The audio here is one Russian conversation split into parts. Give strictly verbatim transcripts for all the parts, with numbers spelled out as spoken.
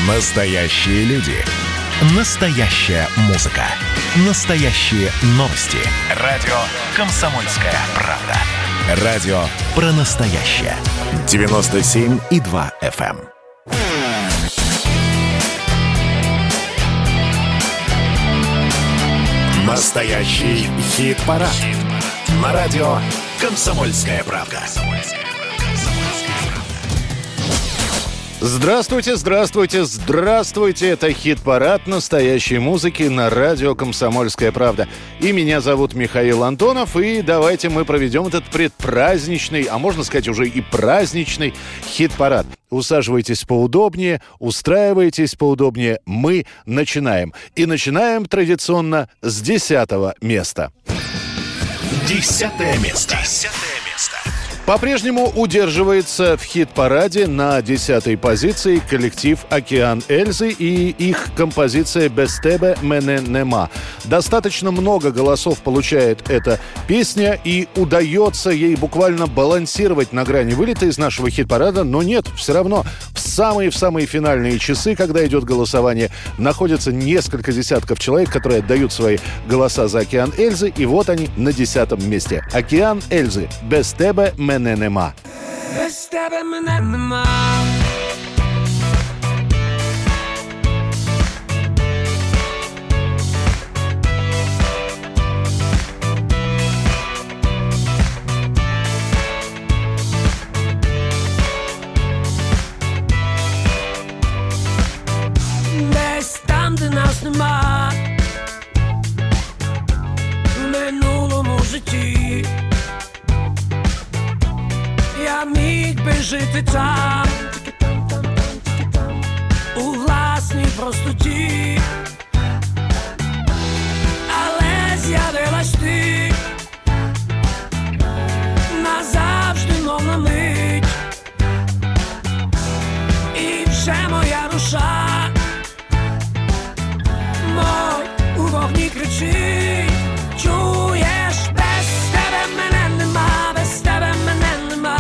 Настоящие люди. Настоящая музыка. Настоящие новости. Радио «Комсомольская правда». Радио про настоящее. девяносто семь и два эф эм. Настоящий хит-парад. Хит-парад. На радио «Комсомольская правда». Здравствуйте, здравствуйте, здравствуйте. Это хит-парад настоящей музыки на радио «Комсомольская правда». И меня зовут Михаил Антонов. И давайте мы проведем этот предпраздничный, а можно сказать уже и праздничный хит-парад. Усаживайтесь поудобнее, устраивайтесь поудобнее. Мы начинаем. И начинаем традиционно с десятого места. Десятое место. Десятое место. По-прежнему удерживается в хит-параде на десятой позиции коллектив «Океан Эльзы» и их композиция «Без тебе мене нема». Достаточно много голосов получает эта песня, и удается ей буквально балансировать на грани вылета из нашего хит-парада, но нет, все равно в самые-в самые финальные часы, когда идет голосование, находятся несколько десятков человек, которые отдают свои голоса за «Океан Эльзы», и вот они на десятом месте. «Океан Эльзы» «Без тебе мене нема». Без тебе мене нема. Десь там, де нас нема, в минулому житті я міг би жити там, у власній простоті, але з'явилась ти назавжди, мов на мить, і вже моя душа, мов у вогні кричить, чуєш, без тебе мене нема, без тебе мене нема.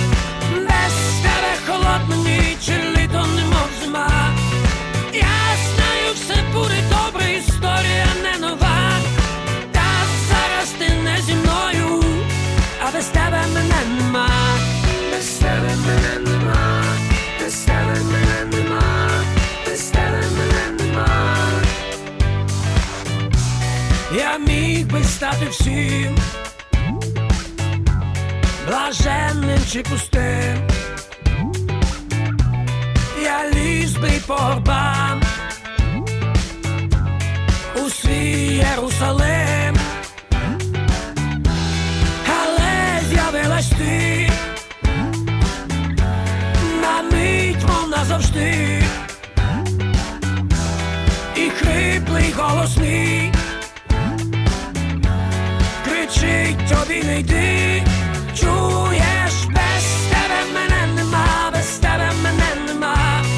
Холодна ніч, літо немов зима. Я знаю, все буде добре, історія не нова. Та зараз ти не зі мною, а без тебе мене нема. Без тебе мене нема, без тебе мене нема, без тебе мене нема. Я міг би стати всім, блаженним чи пустим. Я ліз би по горбам у свій Єрусалим, але з'явилась ти на мить, мов назавжди, і хриплий голос мій кричить тобі не йди, чуєш, без тебе мене нема, без тебе мене нема.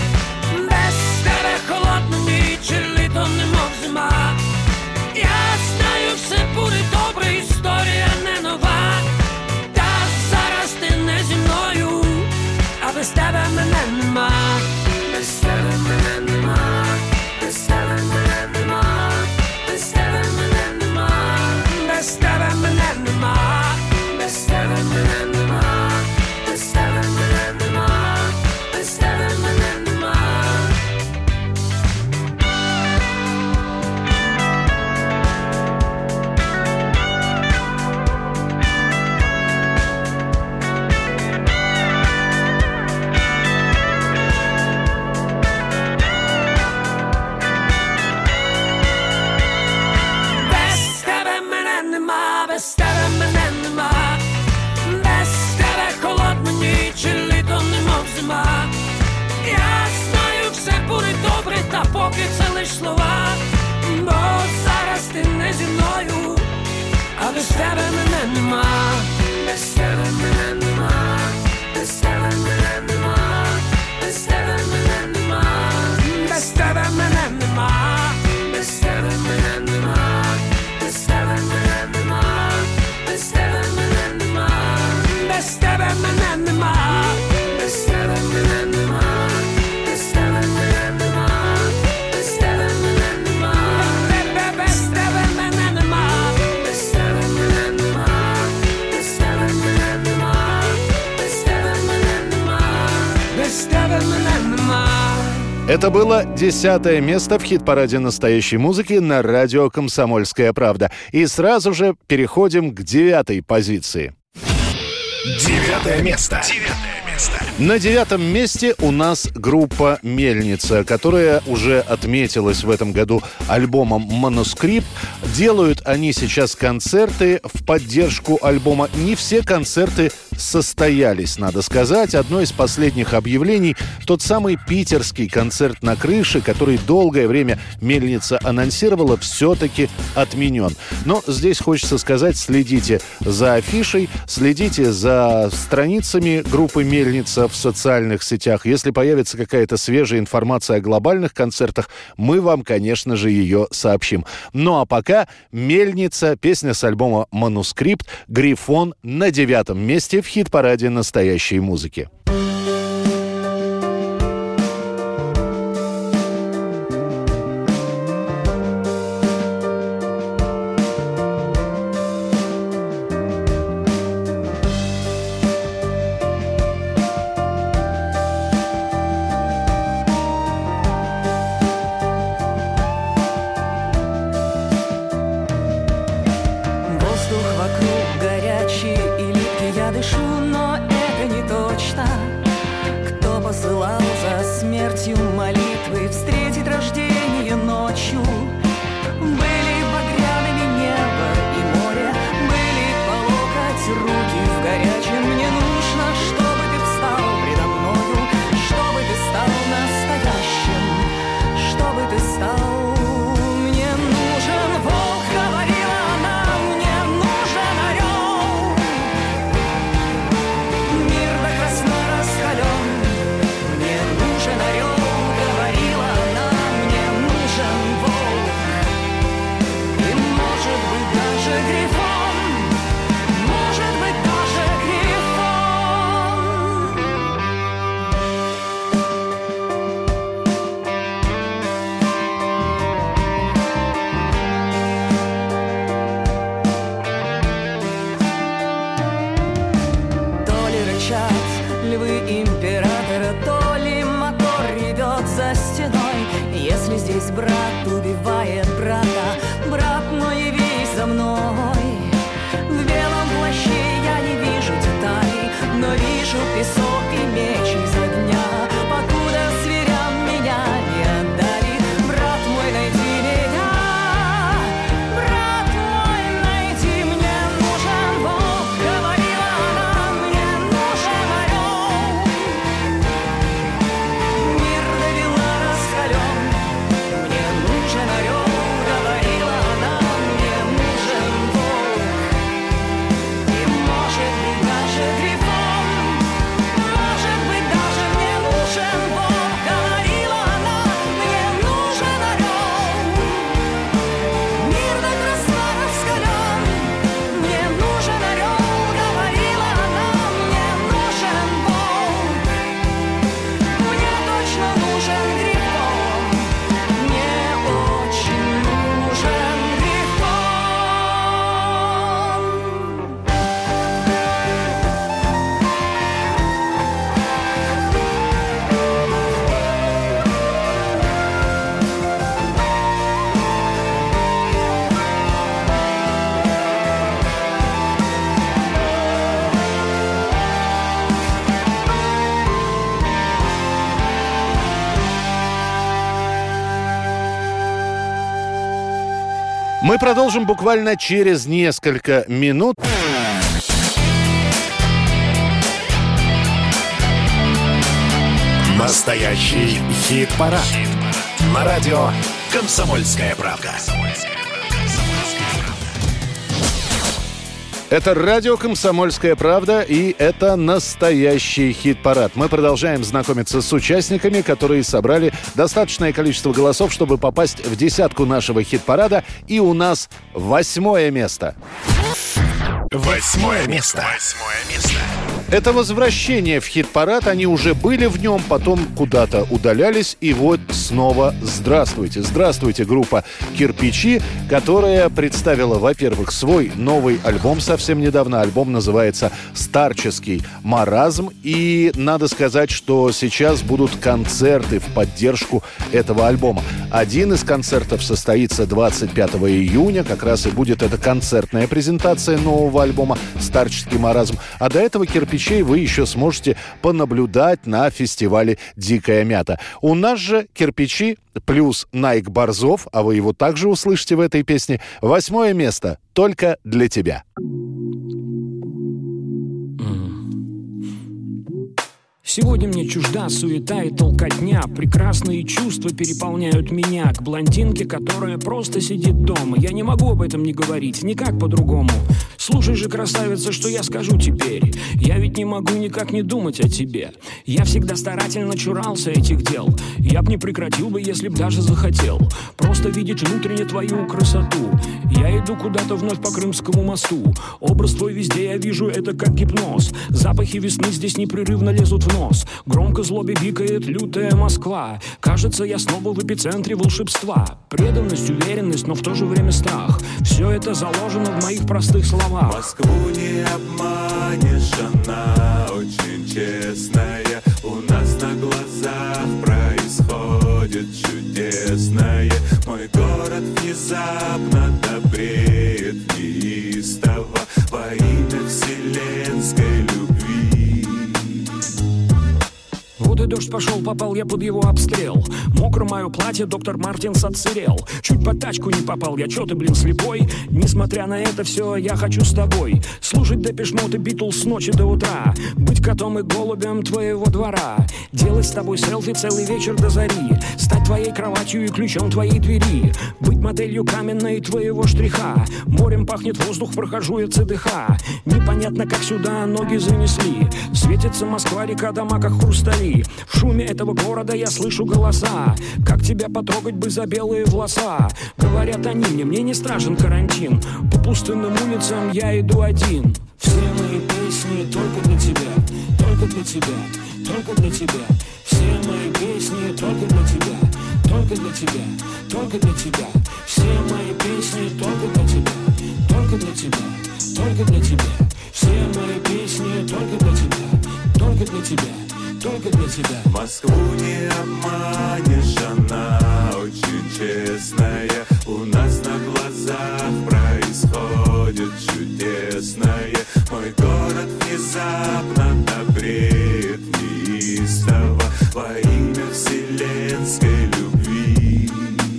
Холодна ніч, літо немов зима. Я знаю, все буде добре, історія не нова. Та зараз ти не зі мною, а без тебе мене нема. Без тебе мене нема, без тебе мене нема, без тебе мене нема, без тебе мене нема, без тебе мене нема, без тебе мене нема, без тебе мене нема. Без тебе мене нема, без тебе холодна ніч, літо немов зима. Я знаю, все буде добре, та поки це лиш слова, бо зараз ти не зі мною, а без тебе мене нема. Без тебе мене нема, без тебе мене нема, без тебе мене нема, без тебе мене нема, без тебе мене нема, без тебе мене нема, без тебе мене нема, без тебе мене нема, без тебе мене нема, без тебе мене нема. нема. Это было десятое место в хит-параде настоящей музыки на радио «Комсомольская правда». И сразу же переходим к девятой позиции. Девятое место. Девятое место. На девятом месте у нас группа «Мельница», которая уже отметилась в этом году альбомом «Манускрипт». Делают они сейчас концерты в поддержку альбома. Не все концерты состоялись, надо сказать. Одно из последних объявлений – тот самый питерский концерт на крыше, который долгое время «Мельница» анонсировала, все-таки отменен. Но здесь хочется сказать, следите за афишей, следите за страницами группы «Мельница» в социальных сетях. Если появится какая-то свежая информация о глобальных концертах, мы вам, конечно же, ее сообщим. Ну а пока «Мельница», песня с альбома «Манускрипт», «Грифон» на девятом месте в хит-параде настоящей музыки. Дышу, но это не точно. Кто посылал за смертью молитвы встретить рождение ночью? Были багряными небо и море, были по локоть руки в горячем. Мне нужно, чтобы ты встал предо мною, чтобы ты стал настоящим, чтобы ты стал. Мне нужен волк, говорила она, мне нужен орел. Мир до красна раскален, мне нужен орел, говорила она, мне нужен волк. И может быть даже грифон, может быть даже грифон. То ли рычат львы императора, то ли мотор ревет за стеной. Если здесь брат убивает брата, брат мой, явись за мной. В белом плаще я не вижу деталей, но вижу песок и меч из огня. Покуда зверям меня не отдали, брат мой, найди меня. Брат мой, найди, мне нужен волк, говорила она, мне нужен орел. Мир довела раскален, мне нужен орел, говорила она, мне нужен волк. И может быть даже грифон, может быть даже мне нужен волк, говорила она, мне нужен орел. Мир до красна раскален, мне нужен орел, говорила она, мне нужен волк. Мне точно нужен грифон, мне очень нужен грифон. Мы продолжим буквально через несколько минут. Настоящий хит-парад. На радио «Комсомольская правда». Это радио «Комсомольская правда», и это настоящий хит-парад. Мы продолжаем знакомиться с участниками, которые собрали достаточное количество голосов, чтобы попасть в десятку нашего хит-парада. И у нас восьмое место. Восьмое место. Восьмое место. Это возвращение в хит-парад. Они уже были в нем, потом куда-то удалялись. И вот снова здравствуйте. Здравствуйте, группа «Кирпичи», которая представила, во-первых, свой новый альбом совсем недавно. Альбом называется «Старческий маразм». И надо сказать, что сейчас будут концерты в поддержку этого альбома. Один из концертов состоится двадцать пятого июня. Как раз и будет эта концертная презентация нового альбома «Старческий маразм». А до этого «Кирпичей» вы еще сможете понаблюдать на фестивале «Дикая мята». У нас же «Кирпичи» плюс Найк Борзов, а вы его также услышите в этой песне. Восьмое место «Только для тебя». Сегодня мне чужда суета и толкотня. Прекрасные чувства переполняют меня к блондинке, которая просто сидит дома. Я не могу об этом не говорить, никак по-другому. Слушай же, красавица, что я скажу теперь. Я ведь не могу никак не думать о тебе. Я всегда старательно чурался этих дел. Я б не прекратил бы, если б даже захотел просто видеть внутренне твою красоту. Я иду куда-то вновь по Крымскому мосту. Образ твой везде я вижу, это как гипноз. Запахи весны здесь непрерывно лезут в нос. Громко злобе бикает лютая Москва. Кажется, я снова в эпицентре волшебства. Преданность, уверенность, но в то же время страх. Все это заложено в моих простых словах. Москву не обманешь, она очень честная. У нас на глазах происходит чудесное. Мой город внезапно добреет неистово во имя вселенской любви. Вот и дождь пошел, попал я под его обстрел. Мокро мое платье, доктор Мартинс отсырел. Чуть под тачку не попал, я чё ты, блин, слепой? Несмотря на это все, я хочу с тобой слушать Депеш Мод и Битлз с ночи до утра. Быть котом и голубем твоего двора. Делать с тобой селфи целый вечер до зари. Стать твоей кроватью и ключом твоей двери. Быть моделью каменной твоего штриха. Морем пахнет воздух, прохожу я ЦДХ. Непонятно, как сюда ноги занесли. Светится Москва, река, дома, как хрустали. В шуме этого города я слышу голоса. Как тебя потрогать бы за белые волоса? Говорят они мне, мне не страшен карантин. По пустынным улицам я иду один. Все мои песни только для тебя, только для тебя, только для тебя. Все мои песни только для тебя, только для тебя, только для тебя. Все мои песни только для тебя, только для тебя, только для тебя. Все мои песни только для тебя, только для тебя, только для тебя. Москву не обманешь, она очень честная. У нас на глазах происходит чудесное. Мой город внезапно добреет неистово во имя вселенской любви.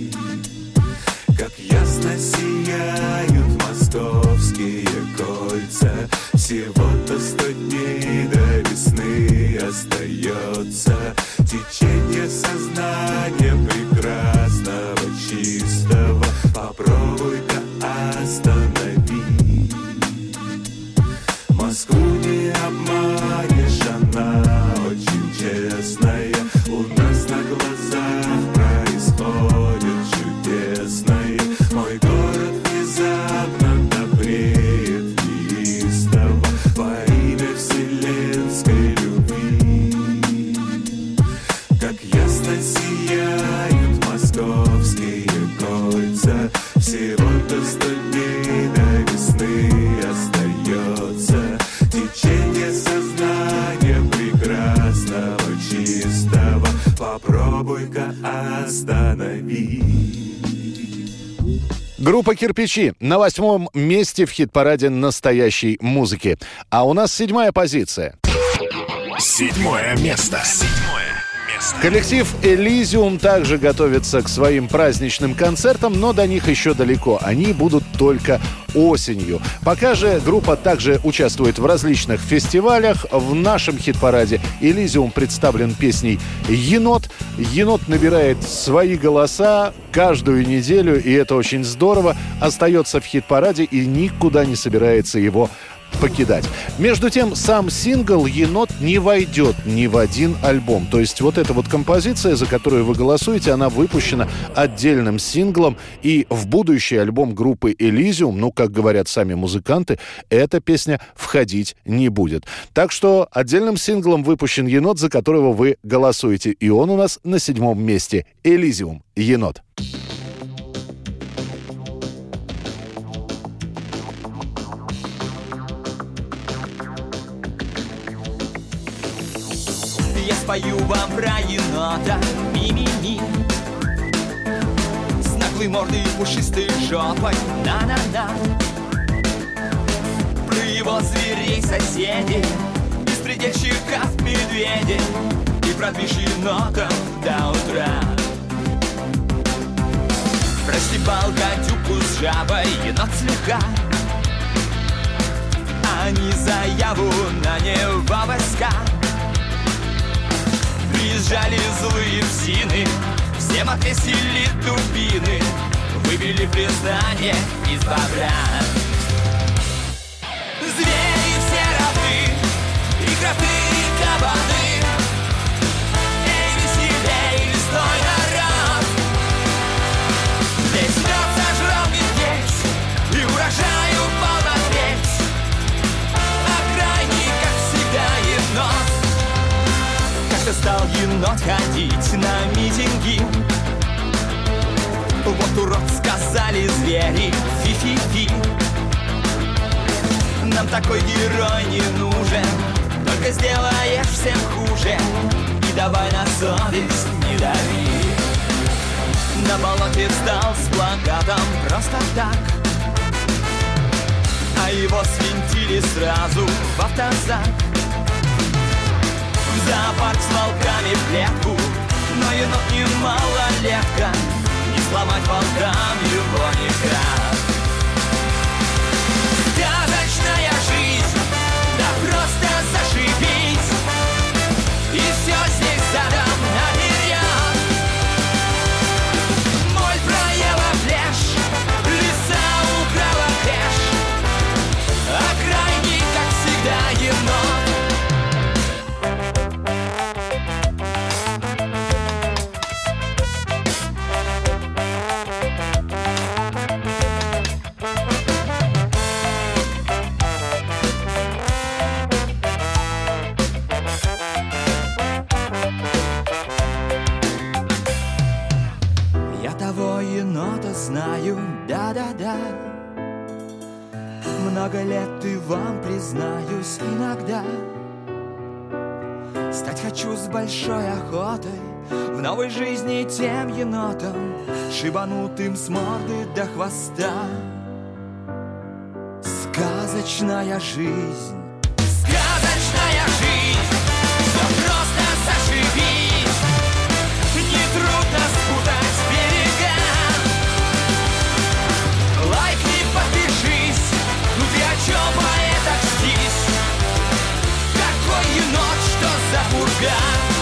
Как ясно сияют московские кольца. Всего-то сто дней до весны остается. Течение сознания прекрасного, чистого. Попробуй-ка останови. Москву не обманешь, она очень честная. У нас на глазах происходит чудесное. Мой город внезапно добреет неистово во имя вселенской любви. Как ясно сияют московские кольца. Всего-то сто дней до весны остается. Течение сознания прекрасного, чистого. Попробуй-ка останови. Группа «Кирпичи» на восьмом месте в хит-параде настоящей музыки. А у нас седьмая позиция. Седьмое место. Седьмое место. Коллектив «Элизиум» также готовится к своим праздничным концертам, но до них еще далеко. Они будут только осенью. Пока же группа также участвует в различных фестивалях. В нашем хит-параде «Элизиум» представлен песней «Енот». «Енот» набирает свои голоса каждую неделю, и это очень здорово. Остается в хит-параде и никуда не собирается его покидать. Между тем, сам сингл «Енот» не войдет ни в один альбом. То есть вот эта вот композиция, за которую вы голосуете, она выпущена отдельным синглом. И в будущий альбом группы «Элизиум», ну, как говорят сами музыканты, эта песня входить не будет. Так что отдельным синглом выпущен «Енот», за которого вы голосуете. И он у нас на седьмом месте. «Элизиум. Енот». Я спою вам про енота, ми-ми-ми, с наглой мордой и пушистой жопой, на-на-на. Про его зверей соседей, беспредельщиков медведей, и про движ енотов до утра. Простебал гадюку с жабой енот слегка, они заяву на него войска. Приезжали злые псины, всем отвесили дубины, выбили признание из бобра. Звери все равны, и кроты, и кабаны. Эй, веселей, лесной народ! Здесь мед сожрал медведь, и урожаю полна треть, а крайний, как всегда, енот. Стал енот ходить на митинги. Вот урод, сказали звери, фи-фи-фи. Нам такой герой не нужен, только сделаешь всем хуже. И давай на совесть не дави. На болоте встал с плакатом просто так, а его свинтили сразу в автозак. В зоопарк с волками в клетку, но енот не малолетка, не сломать волкам его никак. Сказочная жизнь, да просто зашибись, и все здесь задом наперед. Моль проела плешь, лиса украла кэш, а крайний, как всегда, енот. Знаю, да-да-да, много лет и вам признаюсь иногда. Стать хочу с большой охотой, в новой жизни тем енотом, шибанутым с морды до хвоста. Сказочная жизнь, сказочная жизнь, все просто зашибись, нетрудно спутать берега. Лайкни, подпишись, ну ты о чем поэт окстись? Какой енот, что за пурга?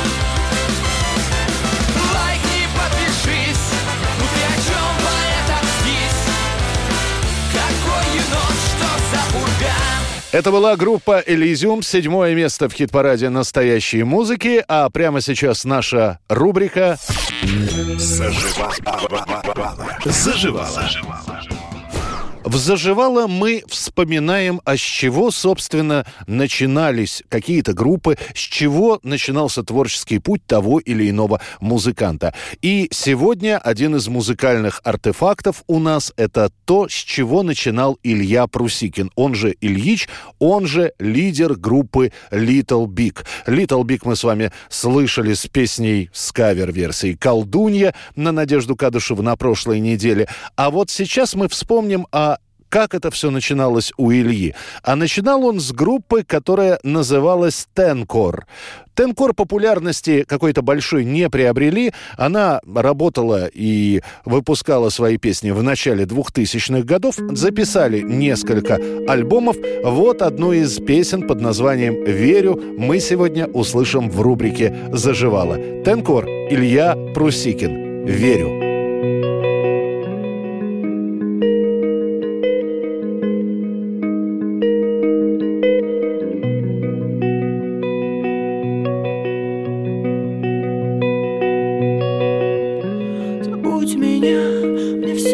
Лайкни, подпишись, ну ты о чем поэт окстись? Какой енот, что за пурга? Это была группа «Элизиум», седьмое место в хит-параде настоящей музыки, а прямо сейчас наша рубрика Заживала. Заживала. В «Заживало» мы вспоминаем, а с чего, собственно, начинались какие-то группы, с чего начинался творческий путь того или иного музыканта. И сегодня один из музыкальных артефактов у нас – это то, с чего начинал Илья Прусикин, он же Ильич, он же лидер группы Little Big. Little Big мы с вами слышали с песней с кавер-версией «Колдунья» на Надежду Кадышеву на прошлой неделе. А вот сейчас мы вспомним о как это все начиналось у Ильи. А начинал он с группы, которая называлась «Тенкор». «Тенкор» популярности какой-то большой не приобрели. Она работала и выпускала свои песни в начале двухтысячных годов. Записали несколько альбомов. Вот одну из песен под названием «Верю» мы сегодня услышим в рубрике «Заживала». «Тенкор», Илья Прусикин. «Верю».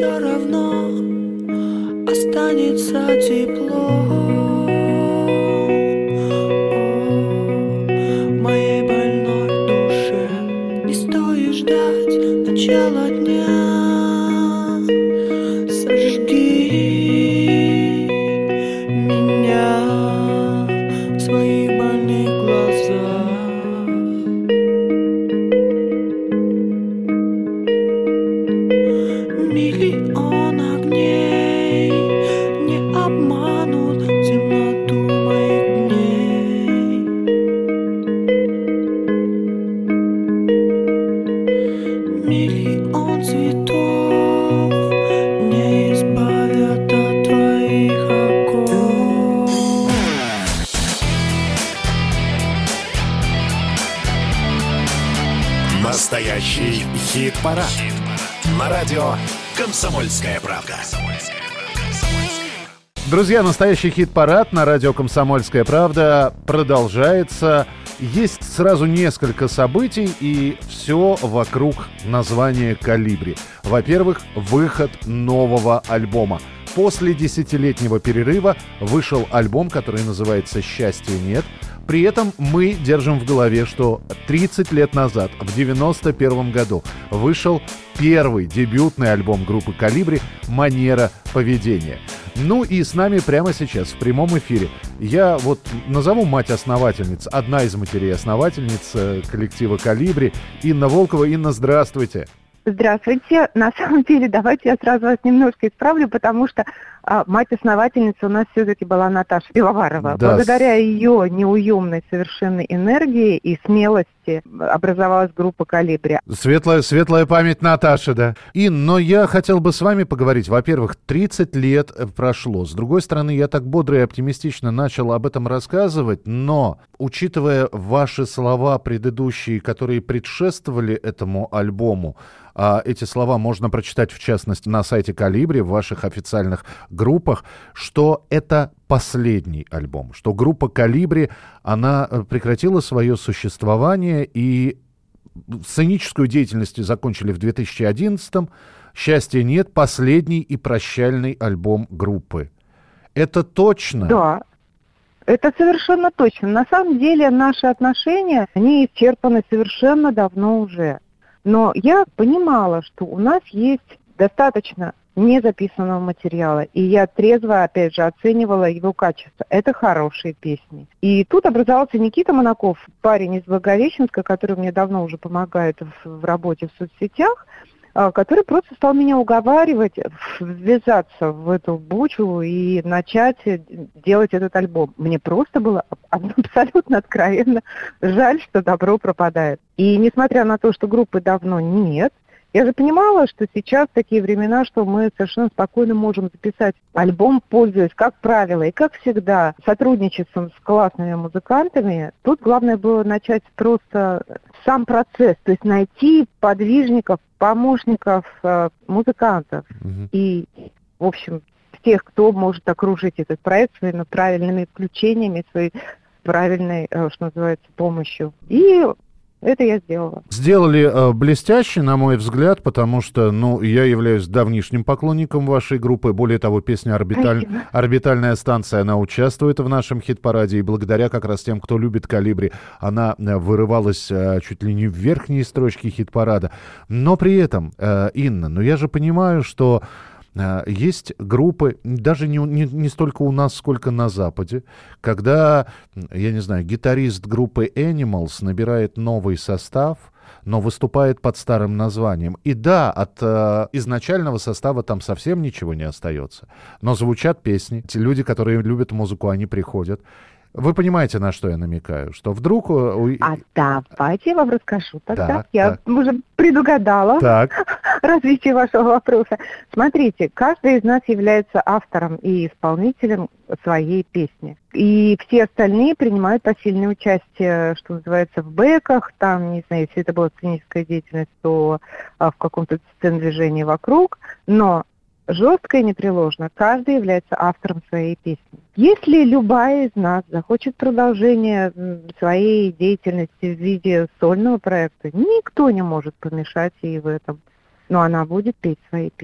все равно останется тепло. О, моей больной душе не стоит ждать начала дня. Сожги меня в своих больных глазах. Миллион огней не обманут темноту моих дней. Миллион цветов не избавят от твоих оков. Настоящий хит-парад. На радио «Комсомольская правда». Друзья, настоящий хит-парад на радио «Комсомольская правда» продолжается. Есть сразу несколько событий, и все вокруг названия «Колибри». Во-первых, выход нового альбома. После десятилетнего перерыва вышел альбом, который называется «Счастья нет». При этом мы держим в голове, что тридцать лет назад, в девяносто первом году, вышел первый дебютный альбом группы «Колибри» «Манера поведения». Ну и с нами прямо сейчас в прямом эфире я вот назову мать-основательниц, одна из матерей-основательниц коллектива «Колибри», Инна Волкова. Инна, здравствуйте. Здравствуйте. На самом деле, давайте я сразу вас немножко исправлю, потому что а, мать-основательница у нас все-таки была Наташа Пивоварова. Да. Благодаря ее неуемной совершенной энергии и смелости образовалась группа «Колибри». Светлая, светлая память Наташи, да. Ин, но я хотел бы с вами поговорить. Во-первых, тридцать лет прошло. С другой стороны, я так бодро и оптимистично начал об этом рассказывать, но, учитывая ваши слова предыдущие, которые предшествовали этому альбому, а эти слова можно прочитать, в частности, на сайте «Колибри», в ваших официальных группах, что это последний альбом, что группа «Колибри», она прекратила свое существование и сценическую деятельность закончили в две тысячи одиннадцатом. «Счастья нет» — последний и прощальный альбом группы. Это точно? Да. Это совершенно точно. На самом деле наши отношения, они исчерпаны совершенно давно уже. Но я понимала, что у нас есть достаточно незаписанного материала, и я трезво, опять же, оценивала его качество. Это хорошие песни. И тут образовался Никита Монаков, парень из Благовещенска, который мне давно уже помогает в, в работе в соцсетях, который просто стал меня уговаривать ввязаться в эту бучу и начать делать этот альбом. Мне просто было абсолютно откровенно жаль, что добро пропадает. И несмотря на то, что группы давно нет, я же понимала, что сейчас такие времена, что мы совершенно спокойно можем записать альбом, пользуясь, как правило, и как всегда, сотрудничеством с классными музыкантами. Тут главное было начать просто сам процесс, то есть найти подвижников, помощников, э, музыкантов. Mm-hmm. И, в общем, тех, кто может окружить этот проект своими правильными включениями, своей правильной, э, что называется, помощью. И это я сделала. Сделали э, блестяще, на мой взгляд, потому что, ну, я являюсь давнишним поклонником вашей группы. Более того, песня «Орбиталь... «Орбитальная станция», она участвует в нашем хит-параде, и благодаря как раз тем, кто любит «Колибри», она э, вырывалась э, чуть ли не в верхние строчки хит-парада. Но при этом, э, Инна, ну я же понимаю, что есть группы, даже не, не, не столько у нас, сколько на Западе, когда, я не знаю, гитарист группы Animals набирает новый состав, но выступает под старым названием. И да, от э, изначального состава там совсем ничего не остается. Но звучат песни. Те люди, которые любят музыку, они приходят. Вы понимаете, на что я намекаю? Что вдруг... А давайте я вам расскажу тогда. Так, я так. уже предугадала так. развитие вашего вопроса. Смотрите, каждый из нас является автором и исполнителем своей песни. И все остальные принимают посильное участие, что называется, в бэках, там, не знаю, если это была сценическая деятельность, то а, в каком-то сцен-движении вокруг. Но жестко и непреложно каждый является автором своей песни. Если любая из нас захочет продолжения своей деятельности в виде сольного проекта, никто не может помешать ей в этом. Но она будет петь свои песни.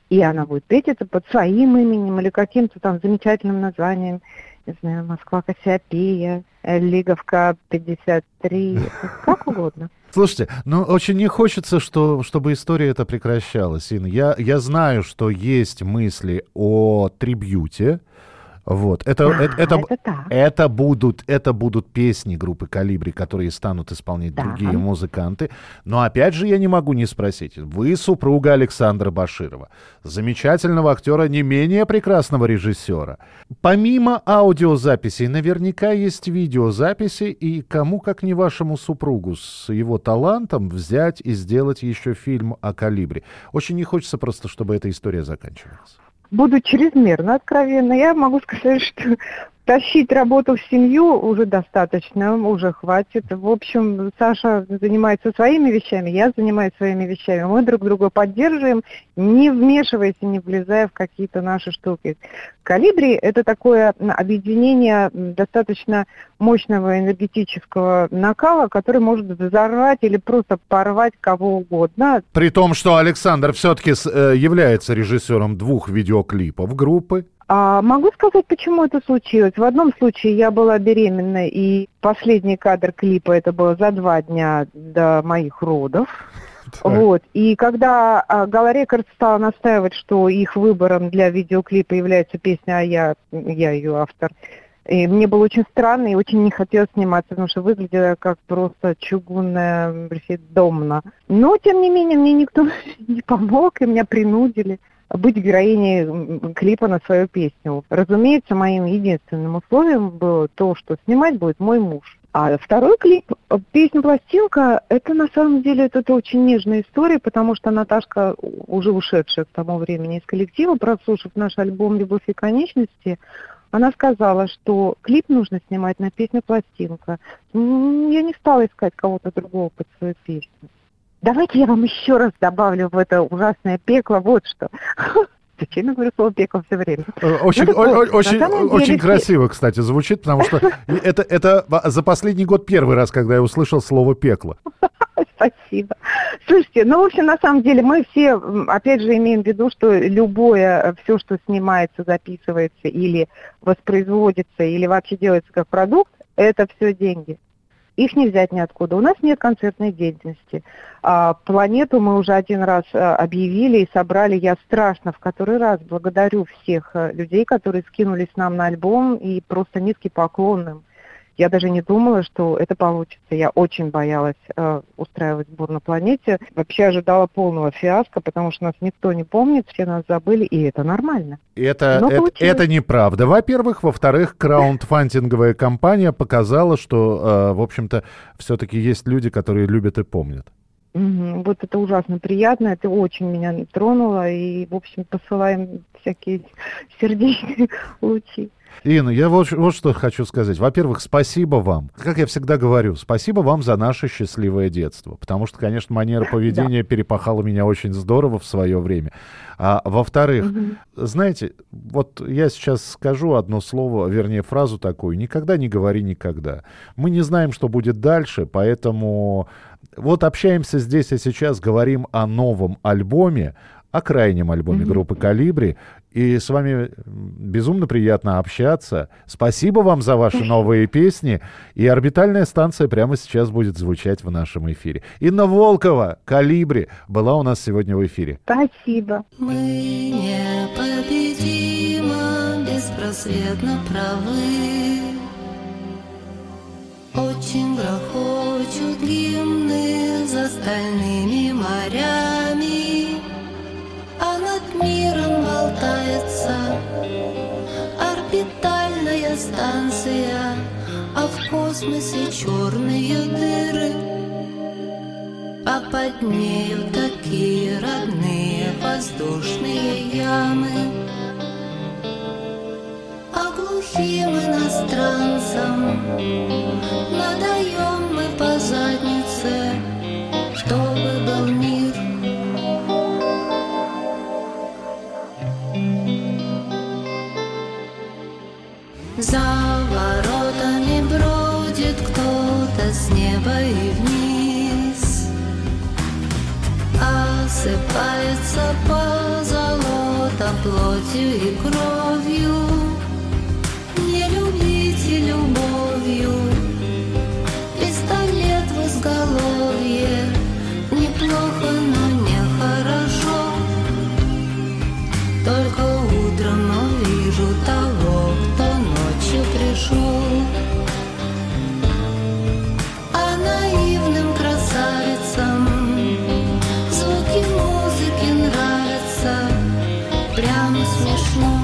И она будет петь это под своим именем или каким-то там замечательным названием. Не знаю, Москва Кассиопея, Лиговка пятьдесят три, как угодно. Слушайте, ну очень не хочется, что, чтобы история эта прекращалась, Инна. Я, я знаю, что есть мысли о трибьюте. Вот. Это, Да, это, это, это так. это, будут, это будут песни группы «Колибри», которые станут исполнять Да. другие музыканты. Но опять же я не могу не спросить. Вы супруга Александра Баширова, замечательного актера, не менее прекрасного режиссера. Помимо аудиозаписей, наверняка есть видеозаписи, и кому, как не вашему супругу, с его талантом взять и сделать еще фильм о «Колибри». Очень не хочется просто, чтобы эта история заканчивалась. Буду чрезмерно откровенна. Я могу сказать, что тащить работу в семью уже достаточно, уже хватит. В общем, Саша занимается своими вещами, я занимаюсь своими вещами. Мы друг друга поддерживаем, не вмешиваясь и не влезая в какие-то наши штуки. «Колибри» — это такое объединение достаточно мощного энергетического накала, который может взорвать или просто порвать кого угодно. При том, что Александр все-таки э, является режиссером двух видеоклипов группы. А могу сказать, почему это случилось. В одном случае я была беременна, и последний кадр клипа это было за два дня до моих родов. Вот. И когда а, Гала Рекордс стала настаивать, что их выбором для видеоклипа является песня, а я, я ее автор, и мне было очень странно и очень не хотелось сниматься, потому что выглядела как просто чугунная домна. Но, тем не менее, мне никто не помог, и меня принудили быть героиней клипа на свою песню. Разумеется, моим единственным условием было то, что снимать будет мой муж. А второй клип, песня-пластинка, это на самом деле это, это очень нежная история, потому что Наташка, уже ушедшая к тому времени из коллектива, прослушав наш альбом «Любовь и конечности», она сказала, что клип нужно снимать на песню-пластинка. Я не стала искать кого-то другого под свою песню. Давайте я вам еще раз добавлю в это ужасное пекло вот что. Зачем я говорю слово «пекло» все время? Очень, ну, о- вот, очень, очень деле... красиво, кстати, звучит, потому что это, это за последний год первый раз, когда я услышал слово «пекло». Спасибо. Слушайте, ну, в общем, на самом деле мы все, опять же, имеем в виду, что любое, все, что снимается, записывается или воспроизводится, или вообще делается как продукт, это все деньги. Их не взять ниоткуда. У нас нет концертной деятельности. А, планету мы уже один раз а, объявили и собрали. Я страшно в который раз благодарю всех а, людей, которые скинулись нам на альбом, и просто низкий поклон им. Я даже не думала, что это получится. Я очень боялась э, устраивать сбор на планете. Вообще ожидала полного фиаско, потому что нас никто не помнит, все нас забыли, и это нормально. Это, это, это неправда. Во-первых. Во-вторых, краундфандинговая кампания показала, что, э, в общем-то, все-таки есть люди, которые любят и помнят. Угу. Вот это ужасно приятно, это очень меня тронуло, и, в общем, посылаем всякие сердечные лучи. Инна, я вот, вот что хочу сказать. Во-первых, спасибо вам. Как я всегда говорю, спасибо вам за наше счастливое детство. Потому что, конечно, манера поведения да. перепахала меня очень здорово в свое время. А во-вторых, угу. знаете, вот я сейчас скажу одно слово, вернее, фразу такую. Никогда не говори никогда. Мы не знаем, что будет дальше, поэтому вот общаемся здесь и сейчас, говорим о новом альбоме, о крайнем альбоме mm-hmm. группы «Колибри». И с вами безумно приятно общаться. Спасибо вам за ваши новые песни. И орбитальная станция прямо сейчас будет звучать в нашем эфире. Инна Волкова, «Колибри», была у нас сегодня в эфире. Спасибо. Мы непобедимо, беспросветно правы. Очень грохочут гимны за стальными морями, а над миром болтается орбитальная станция, а в космосе черные дыры, а под нею такие родные воздушные ямы. А глухим иностранцам надаем мы по заднице, чтобы был мир. За воротами бродит кто-то с неба и вниз, осыпается позолота это плотью и кровью. Не любите любовью. Пистолет в изголовье. Неплохо, но нехорошо. Только утром увижу того, кто ночью пришел. А наивным красавицам звуки музыки нравятся. Прямо смешно.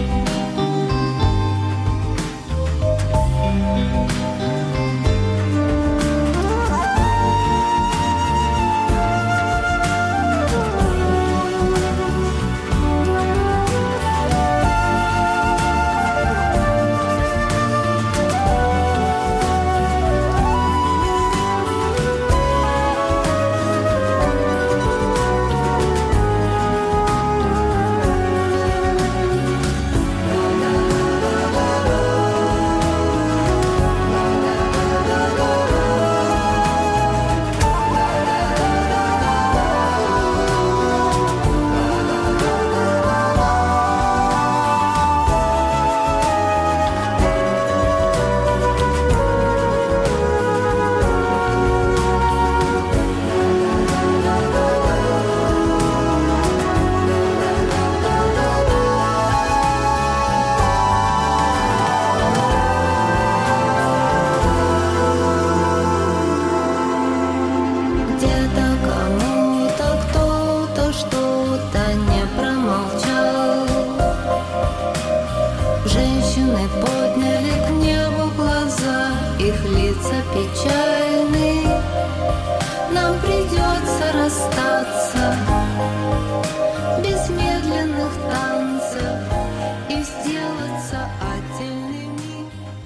Печальный, нам придется расстаться без медленных танцев и сделаться отдельными.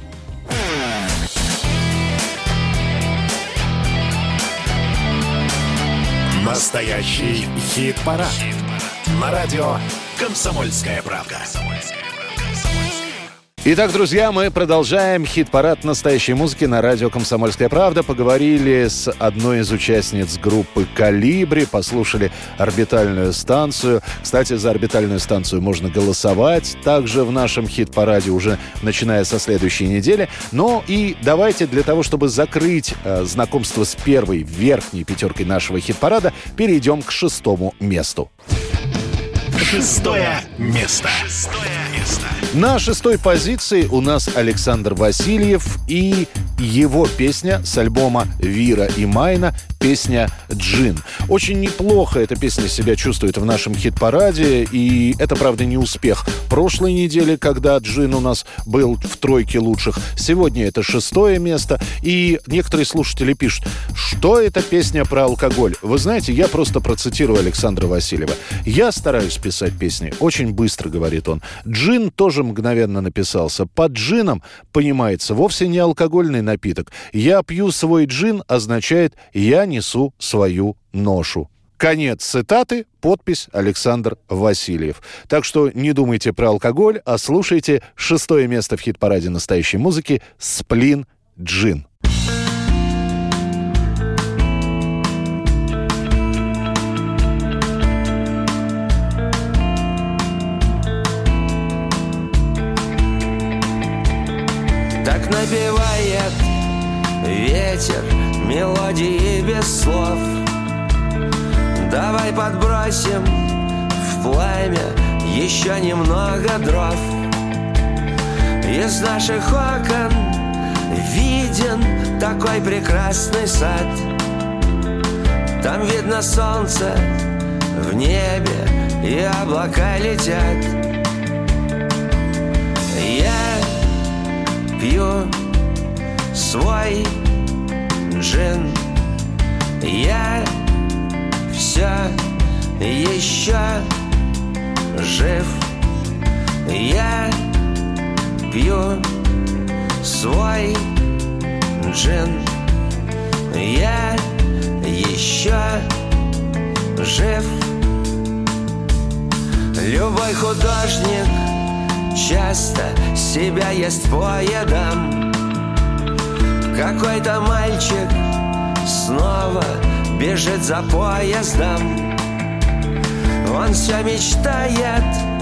Настоящий хит-парад. Хит-парад. На радио «Комсомольская правда». Итак, друзья, мы продолжаем хит-парад настоящей музыки на радио «Комсомольская правда». Поговорили с одной из участниц группы «Колибри», послушали «Орбитальную станцию». Кстати, за «Орбитальную станцию» можно голосовать также в нашем хит-параде уже начиная со следующей недели. Но и давайте для того, чтобы закрыть э, знакомство с первой верхней пятеркой нашего хит-парада, перейдем к шестому месту. Шестое место. Шестое место. На шестой позиции у нас Александр Васильев и его песня с альбома «Вира и Майна», песня «Джин». Очень неплохо эта песня себя чувствует в нашем хит-параде, и это, правда, не успех прошлой недели, когда «Джин» у нас был в тройке лучших. Сегодня это шестое место, и некоторые слушатели пишут, что это песня про алкоголь. Вы знаете, я просто процитирую Александра Васильева. «Я стараюсь писать песни очень быстро», — говорит он. «Джин» тоже мгновенно написался. Под джином, понимается, вовсе не алкогольный напиток. «Я пью свой джин» означает «я несу свою ношу». Конец цитаты, подпись Александр Васильев. Так что не думайте про алкоголь, а слушайте шестое место в хит-параде настоящей музыки «Сплин Джин». Так напевает ветер мелодии без слов. Давай подбросим в пламя еще немного дров. Из наших окон виден такой прекрасный сад. Там видно солнце в небе и облака летят. Я пью свой джин. Я все еще жив. Я пью свой джин. Я еще жив. Любой художник часто себя ест поедом. Какой-то мальчик снова бежит за поездом. Он все мечтает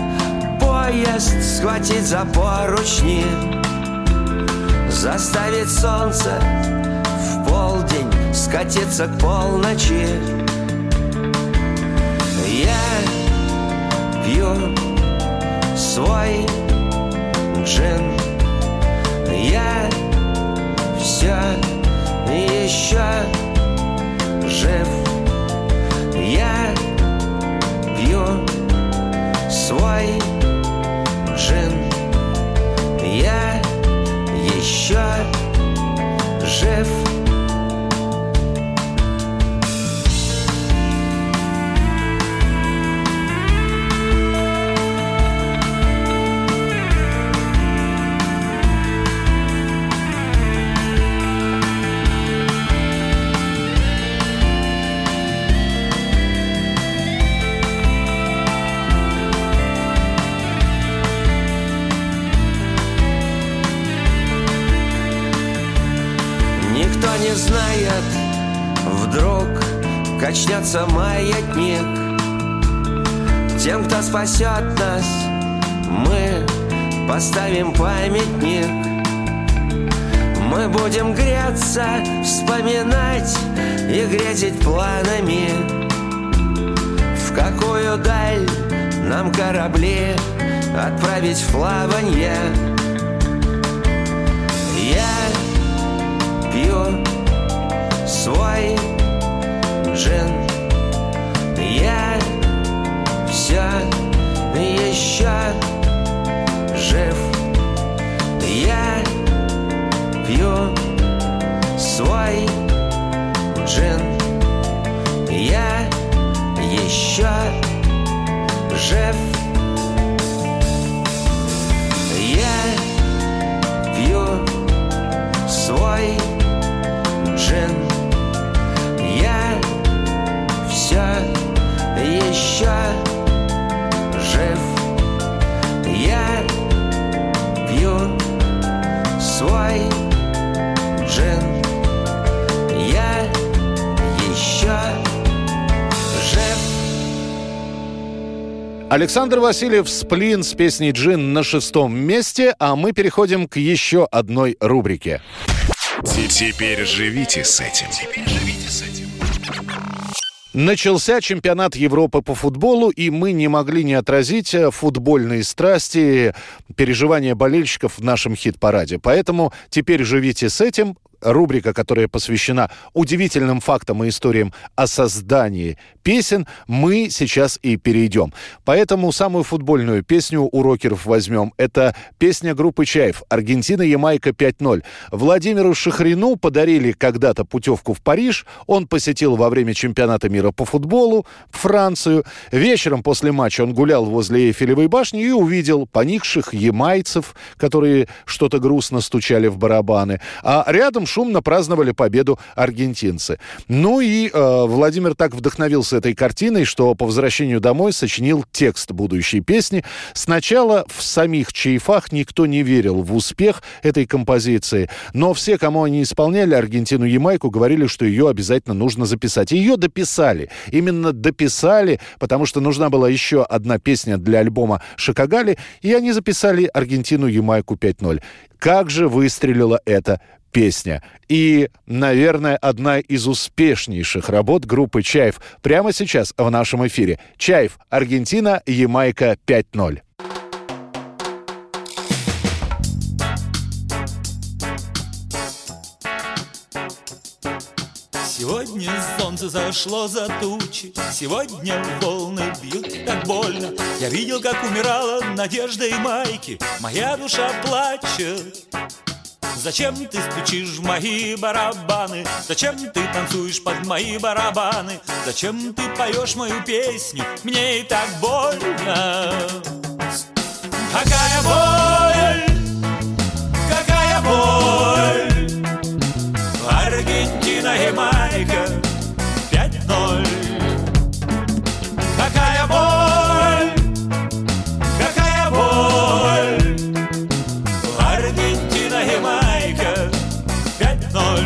поезд схватить за поручни, заставить солнце в полдень скатиться к полночи. Я пью свой джин, я все еще жив. Я пью свой джин, я еще жив. Никто не знает, вдруг качнется маятник. Тем, кто спасет нас, мы поставим памятник. Мы будем греться, вспоминать и грезить планами. В какую даль нам корабли отправить в плаванье? Я пью свой джин, я все еще жив. Я пью свой джин, я еще жив. Я пью свой джин, я все еще жив. Я пью свой джин, я еще жив. Александр Васильев, «Сплин» с песней «Джин» на шестом месте, а мы переходим к еще одной рубрике. Теперь живите с этим. Теперь живите с этим. Начался чемпионат Европы по футболу, и мы не могли не отразить футбольные страсти, переживания болельщиков в нашем хит-параде. Поэтому «Теперь живите с этим» — рубрика, которая посвящена удивительным фактам и историям о создании песен, мы сейчас и перейдем. Поэтому самую футбольную песню у рокеров возьмем. Это песня группы «Чайф» «Аргентина-Ямайка пять ноль». Владимиру Шахрину подарили когда-то путевку в Париж. Он посетил во время чемпионата мира по футболу Францию. Вечером после матча он гулял возле Эйфелевой башни и увидел поникших ямайцев, которые что-то грустно стучали в барабаны. А рядом шумно праздновали победу аргентинцы. Ну и э, Владимир так вдохновился этой картиной, что по возвращению домой сочинил текст будущей песни. Сначала в самих Чайфах никто не верил в успех этой композиции, но все, кому они исполняли Аргентину-Ямайку, говорили, что ее обязательно нужно записать. Ее дописали. Именно дописали, потому что нужна была еще одна песня для альбома «Шакагали», и они записали Аргентину-Ямайку пять ноль. Как же выстрелила эта песня. И, наверное, одна из успешнейших работ группы «Чайф» прямо сейчас в нашем эфире. «Чайф», Аргентина, Ямайка пять ноль. Сегодня солнце зашло за тучи, сегодня волны бьют так больно. Я видел, как умирала надежда Ямайки, моя душа плачет. Зачем ты стучишь в мои барабаны? Зачем ты танцуешь под мои барабаны? Зачем ты поешь мою песню? Мне и так больно. Какая боль, какая боль. Аргентина, Ямайка пять ноль. Какая боль, какая боль. Аргентина, Ямайка пять ноль.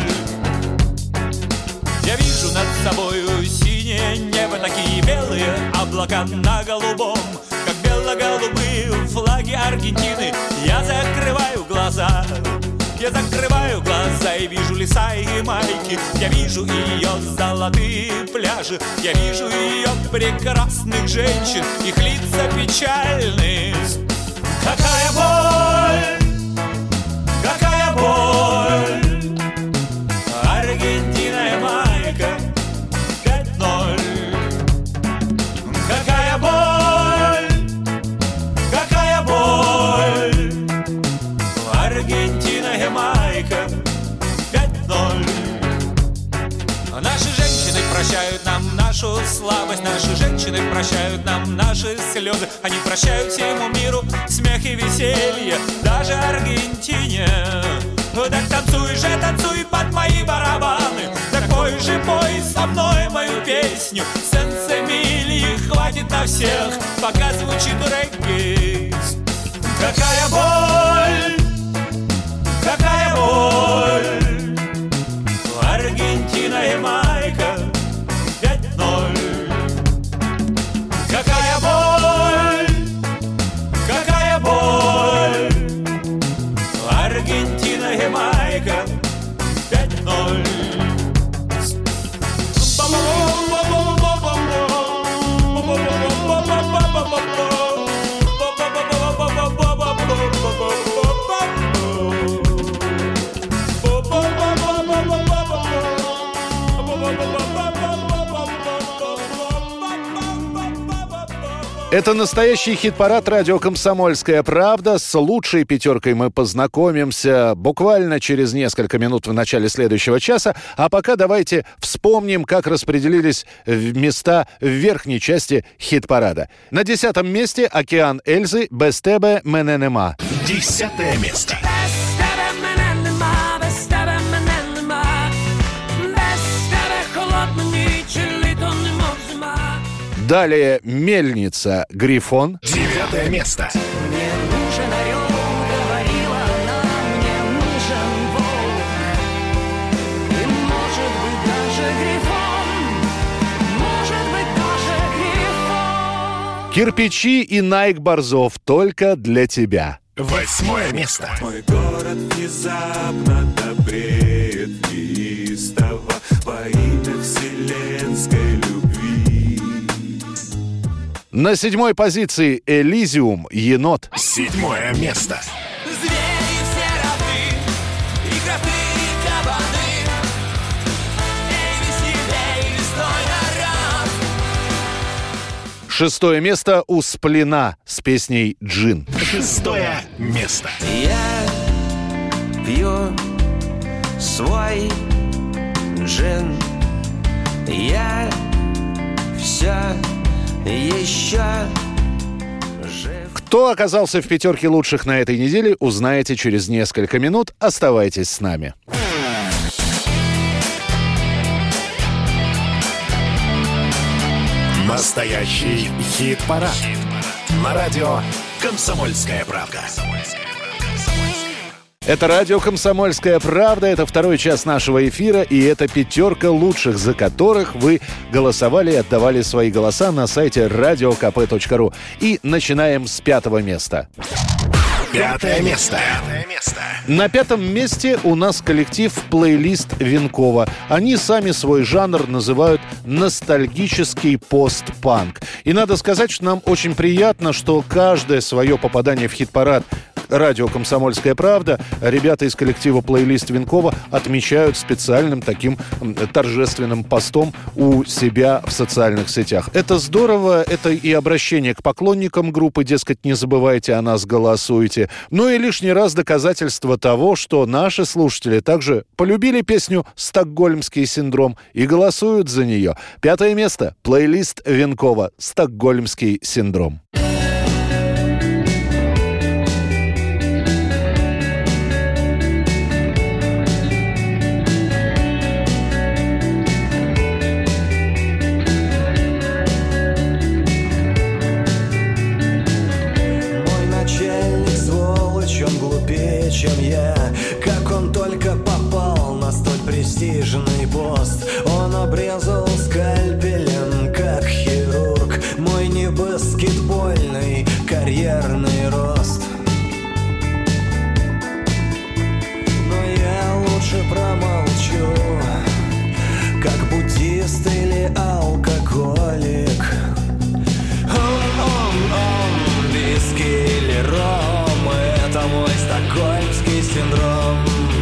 Я вижу над собою синее небо, такие белые облака на голубом, как белая бело-голубые флаги Аргентины. Я закрываю глаза, я закрываю глаза и вижу леса и майки. Я вижу ее золотые пляжи, я вижу ее прекрасных женщин, их лица печальные. Какая боль, какая боль, Аргентина и майка пять ноль. Какая боль, какая боль, Аргентина и майка пять ноль. Наши женщины прощают нам нашу слабость, наши женщины прощают нам наши слезы. Они прощают всему миру смех и веселье, даже Аргентине. Ну так танцуй же, танцуй под мои барабаны, так пой же, пой со мной мою песню. Сенсемильи хватит на всех, пока звучит регги. Какая боль, какая боль, Аргентина и майка пять ноль. Какая боль, какая боль, Аргентина и майка пять ноль. Это настоящий хит-парад радио «Комсомольская правда». С лучшей пятеркой мы познакомимся буквально через несколько минут в начале следующего часа. А пока давайте вспомним, как распределились места в верхней части хит-парада. На десятом месте «Океан Эльзы» «Без тебе мене нема». Десятое место. Далее «Мельница» «Грифон». Девятое место. Мне нужен орел, говорила она, мне нужен волк. И может быть даже грифон, может быть даже грифон. «Кирпичи» и «Найк Борзов» только для тебя. Восьмое место. Мой город внезапно добреет неистово во имя вселенской любви. На седьмой позиции «Элизиум» «Енот». Седьмое место. Звери все равны, и кроты, и кабаны. Эй, веселей, лесной народ. Шестое место у «Сплина» с песней «Джин». Шестое место. Я пью свой джин. Я все еще жив. Кто оказался в пятерке лучших на этой неделе, узнаете через несколько минут. Оставайтесь с нами. Настоящий хит-парад. Хит-парад. На радио «Комсомольская правда». Это радио «Комсомольская правда», это второй час нашего эфира, и это пятерка лучших, за которых вы голосовали и отдавали свои голоса на сайте радио ка пэ точка ру. И начинаем с пятого места. Пятое место. Пятое место. На пятом месте у нас коллектив «Плейлист Венкова». Они сами свой жанр называют ностальгический постпанк. И надо сказать, что нам очень приятно, что каждое свое попадание в хит-парад радио «Комсомольская правда» ребята из коллектива «Плейлист Венкова» отмечают специальным таким торжественным постом у себя в социальных сетях. Это здорово, это и обращение к поклонникам группы, дескать, не забывайте о нас, голосуйте. Ну и лишний раз доказательство того, что наши слушатели также полюбили песню «Стокгольмский синдром» и голосуют за нее. Пятое место. «Плейлист Венкова. Стокгольмский синдром». Чем я, как он только попал на столь престижный пост. Он обрезал скальпелем, как хирург, мой не баскетбольный карьерный рост. Но я лучше промолчу, как буддист или алкоголик. Он-он-он, виски или ром, это мой стокгольмский синдром.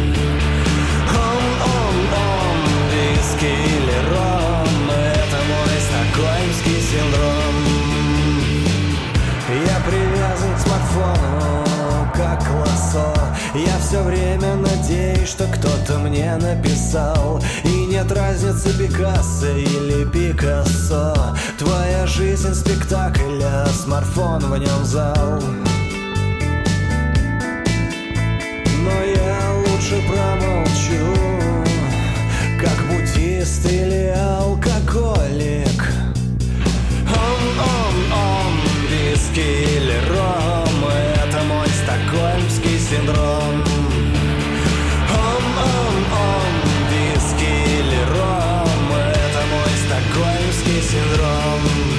Он-он-он, виски или ром, это мой стокгольмский синдром. Я привязан к смартфону, как лассо. Я все время надеюсь, что кто-то мне написал. И нет разницы, Пикассо или Пикассо. Твоя жизнь спектакль, а смартфон в нем зал. Но я лучше промолчу, как буддист или алкоголик. Он-он-он, виски или ром, это мой стокгольмский синдром. Он-он-он, виски или ром, это мой стокгольмский синдром.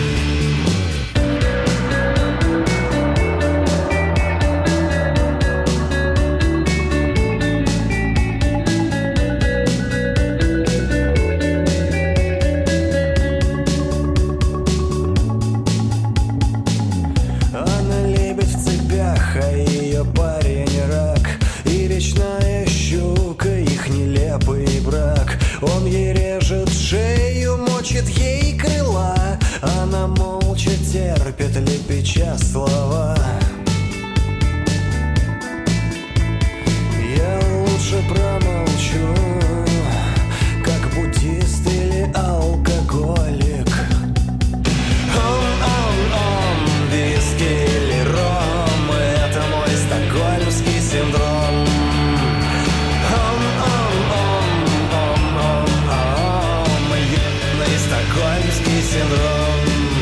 Он ей режет шею, мочит ей крыла. Она молча терпит, лепеча слова. Я лучше промолчу, как буддист или алкоголик. Он-он-он, виски или ром, это мой стокгольмский синдром. Стокгольмский синдром.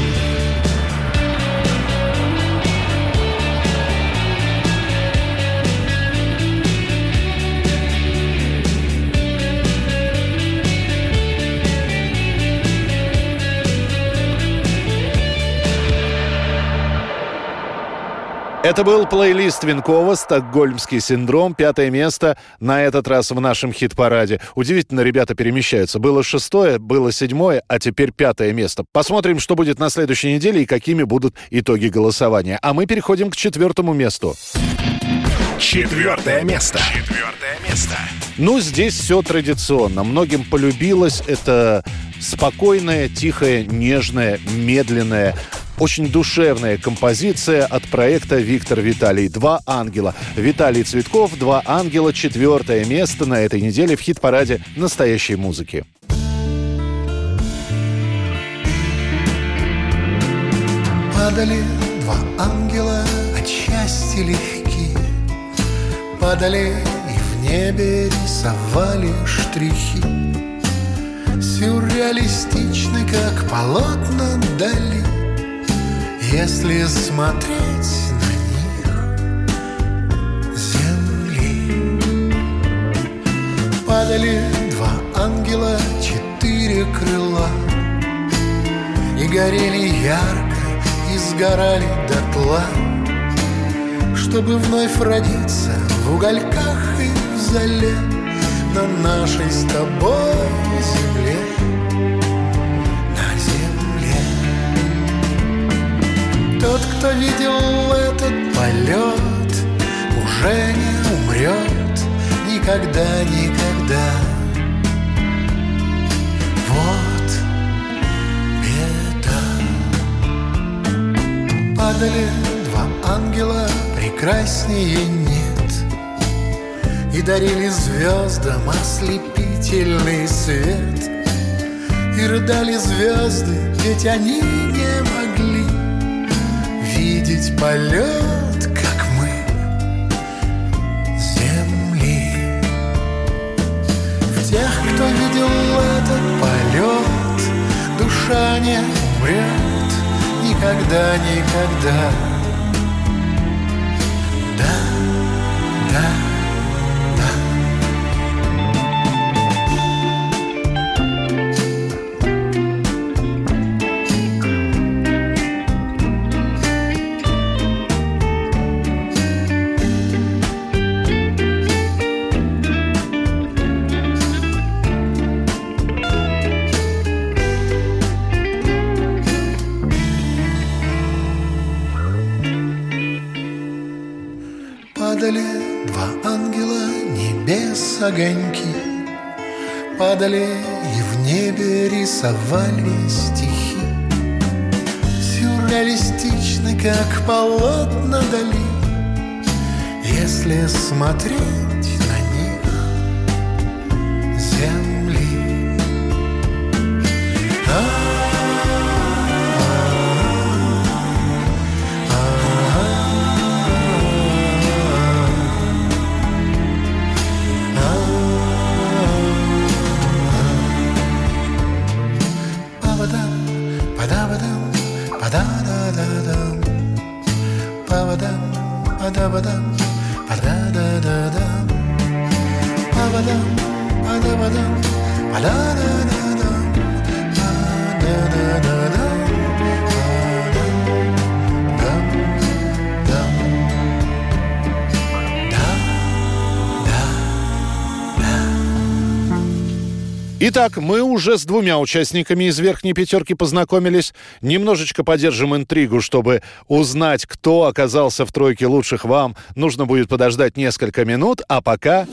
Это был плейлист Венкова «Стокгольмский синдром». Пятое место на этот раз в нашем хит-параде. Удивительно, ребята перемещаются. Было шестое, было седьмое, а теперь пятое место. Посмотрим, что будет на следующей неделе и какими будут итоги голосования. А мы переходим к четвертому месту. Четвертое место. Четвертое место. Ну, здесь все традиционно. Многим полюбилось. Это спокойная, тихая, нежная, медленная, очень душевная композиция от проекта «Виктор Виталий». «Два ангела». Виталий Цветков, «Два ангела». Четвертое место на этой неделе в хит-параде настоящей музыки. Падали два ангела, отчасти легки. Падали и в небе рисовали штрихи. Сюрреалистичны, как полотна Дали. Если смотреть на них земли. Падали два ангела, четыре крыла, и горели ярко, и сгорали дотла, чтобы вновь родиться в угольках и в золе на нашей с тобой земле. Тот, кто видел этот полет, уже не умрет никогда, никогда. Вот беда. Падали два ангела, прекраснее нет, и дарили звездам ослепительный свет. И рыдали звезды, ведь они не могли видеть полет, как мы, земли. В тех, кто видел этот полет, душа не умрет никогда, никогда. Да, да. Падали два ангела небес огоньки, падали и в небе рисовали стихи, сюрреалистичны, как полотна Дали, если смотреть на них земли. Итак, мы уже с двумя участниками из верхней пятерки познакомились. Немножечко поддержим интригу, чтобы узнать, кто оказался в тройке лучших. Вам нужно будет подождать несколько минут, а пока...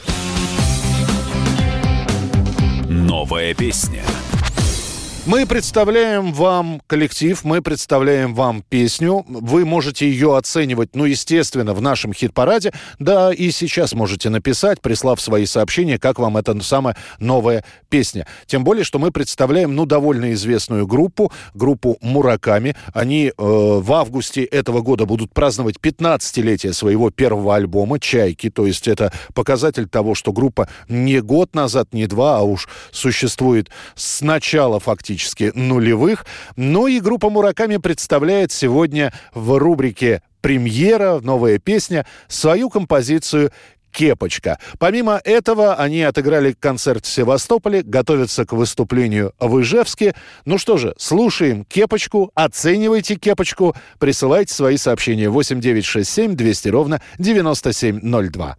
Новая песня. Мы представляем вам коллектив, мы представляем вам песню. Вы можете ее оценивать, ну, естественно, в нашем хит-параде. Да, и сейчас можете написать, прислав свои сообщения, как вам эта самая новая песня. Тем более, что мы представляем, ну, довольно известную группу, группу Мураками. Они э, в августе этого года будут праздновать пятнадцатилетие своего первого альбома «Чайки». То есть это показатель того, что группа не год назад, не два, а уж существует с начала фактически нулевых. Ну и группа Мураками представляет сегодня в рубрике «Премьера», новая песня, свою композицию «Кепочка». Помимо этого, они отыграли концерт в Севастополе, готовятся к выступлению в Ижевске. Ну что же, слушаем «Кепочку», оценивайте «Кепочку», присылайте свои сообщения восемь девятьсот шестьдесят семь двести ровно девяносто семь ноль два.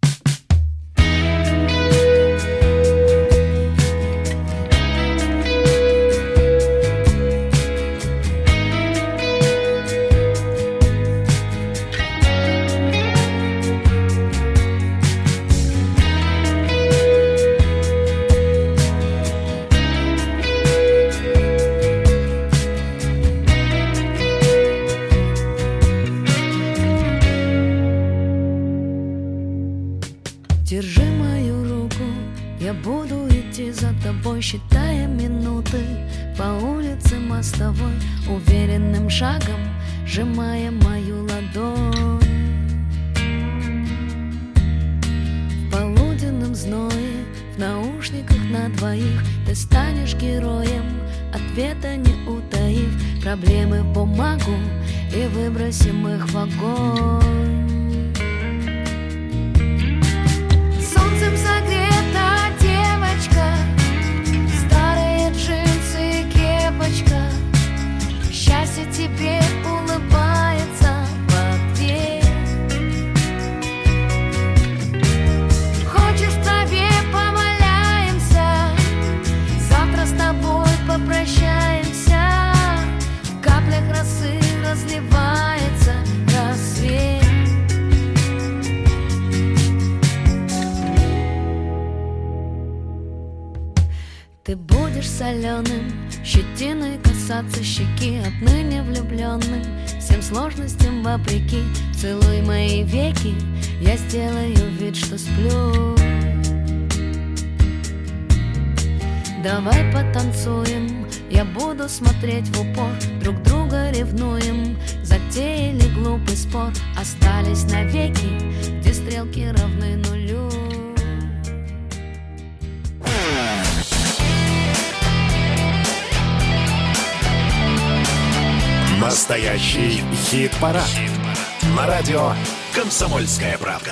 Держи мою руку, я буду идти за тобой, считая минуты по улице мостовой, уверенным шагом сжимая мою ладонь. В полуденном зное, в наушниках на двоих ты станешь героем, ответа не утаив, проблемы в бумагу и выбросим их в огонь. Солнцем согрета девочка, старые джинсы и кепочка, счастье тебе улыбается в ответ. Хочешь, в траве поваляемся, завтра с тобой попрощаемся, в каплях росы разливается рассвет. Ты будешь соленым, щетиной касаться щеки, отныне влюбленным, всем сложностям вопреки. Целуй мои веки, я сделаю вид, что сплю. Давай потанцуем, я буду смотреть в упор, друг друга ревнуем, затеяли глупый спор, остались навеки, где стрелки равны нулю. Настоящий хит-парад. На радио «Комсомольская правда».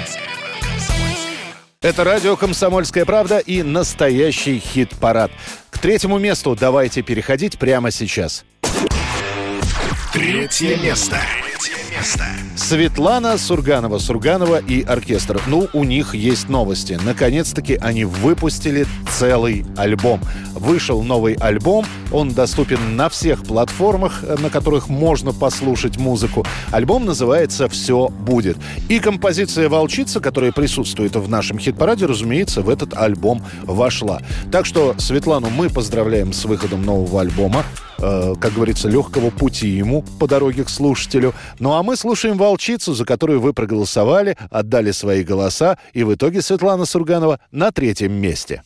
Это радио «Комсомольская правда» и настоящий хит-парад. К третьему месту давайте переходить прямо сейчас. Третье место. Третье место. Светлана Сурганова. Сурганова и оркестр. Ну, у них есть новости. Наконец-таки они выпустили целый альбом. Вышел новый альбом. Он доступен на всех платформах, на которых можно послушать музыку. Альбом называется «Все будет». И композиция «Волчица», которая присутствует в нашем хит-параде, разумеется, в этот альбом вошла. Так что Светлану мы поздравляем с выходом нового альбома. Э, как говорится, легкого пути ему по дороге к слушателю. Ну а мы слушаем «Волчицу», за которую вы проголосовали, отдали свои голоса. И в итоге Светлана Сурганова на третьем месте.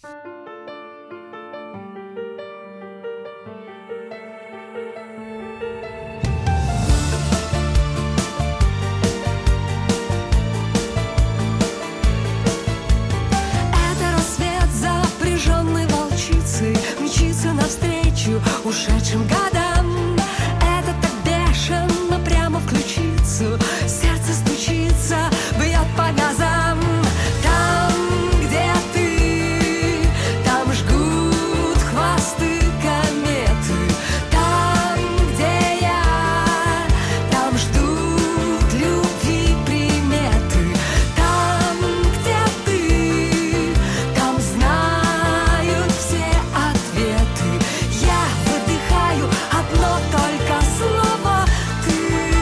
Ушедшим годам это так бешено прямо включиться. Сердце стучится, бьет по газам. Там, где ты, там жгут хвосты кометы. Там, где я, там ждут любви приметы. Там, где ты, там знают все ответы. Я одно только слово «ты».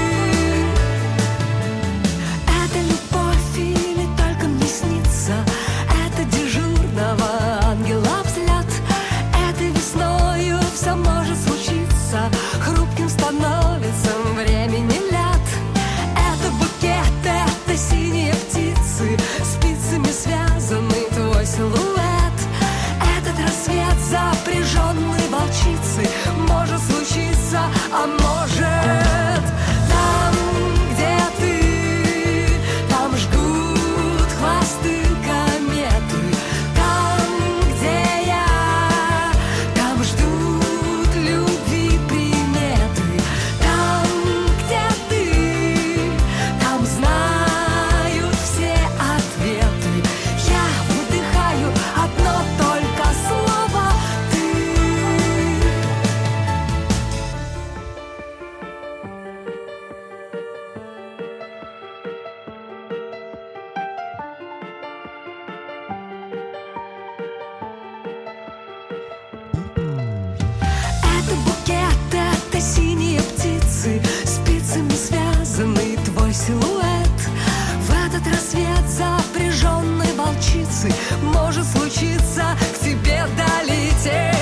Это любовь или только мне снится? Это дежурного ангела взгляд. Этой весною все может случиться. Хрупким становится времени ляд. Это букет, это синие птицы. Спицами связанный твой силуэт. Этот рассвет запряженный волчицей. Может случиться, а может. Там, где ты, там жгут хвосты кометы. Там, где я, там ждут любви приметы. Там, где ты, там знают все ответы. Я выдыхаю одно только слово «ты». Это букет, это синие птицы. Спицами связанный твой силуэт. В этот рассвет запряженной волчицы может случиться к тебе долететь.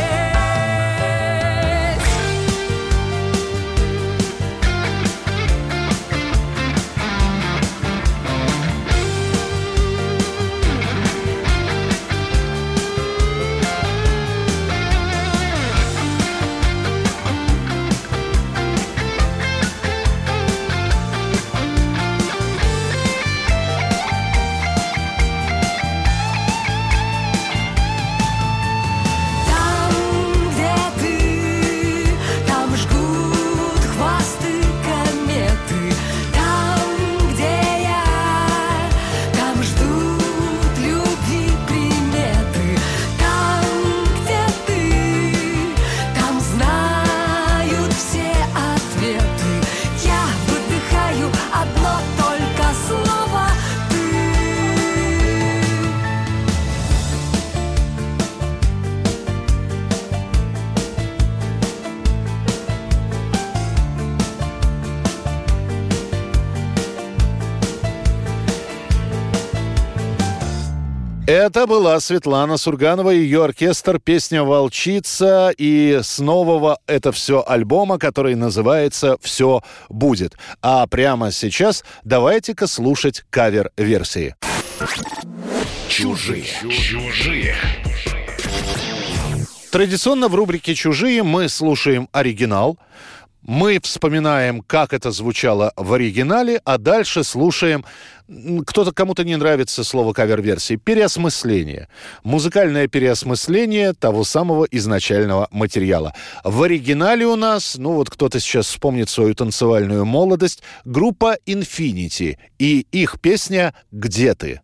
Это была Светлана Сурганова, ее оркестр, песня «Волчица», и с нового это все альбома, который называется «Все будет». А прямо сейчас давайте-ка слушать кавер-версии. Чужие. Чужие. Традиционно в рубрике «Чужие» мы слушаем оригинал. Мы вспоминаем, как это звучало в оригинале, а дальше слушаем, кто-то, кому-то не нравится слово кавер-версии, переосмысление. Музыкальное переосмысление того самого изначального материала. В оригинале у нас, ну вот кто-то сейчас вспомнит свою танцевальную молодость, группа Infinity и их песня «Где ты?».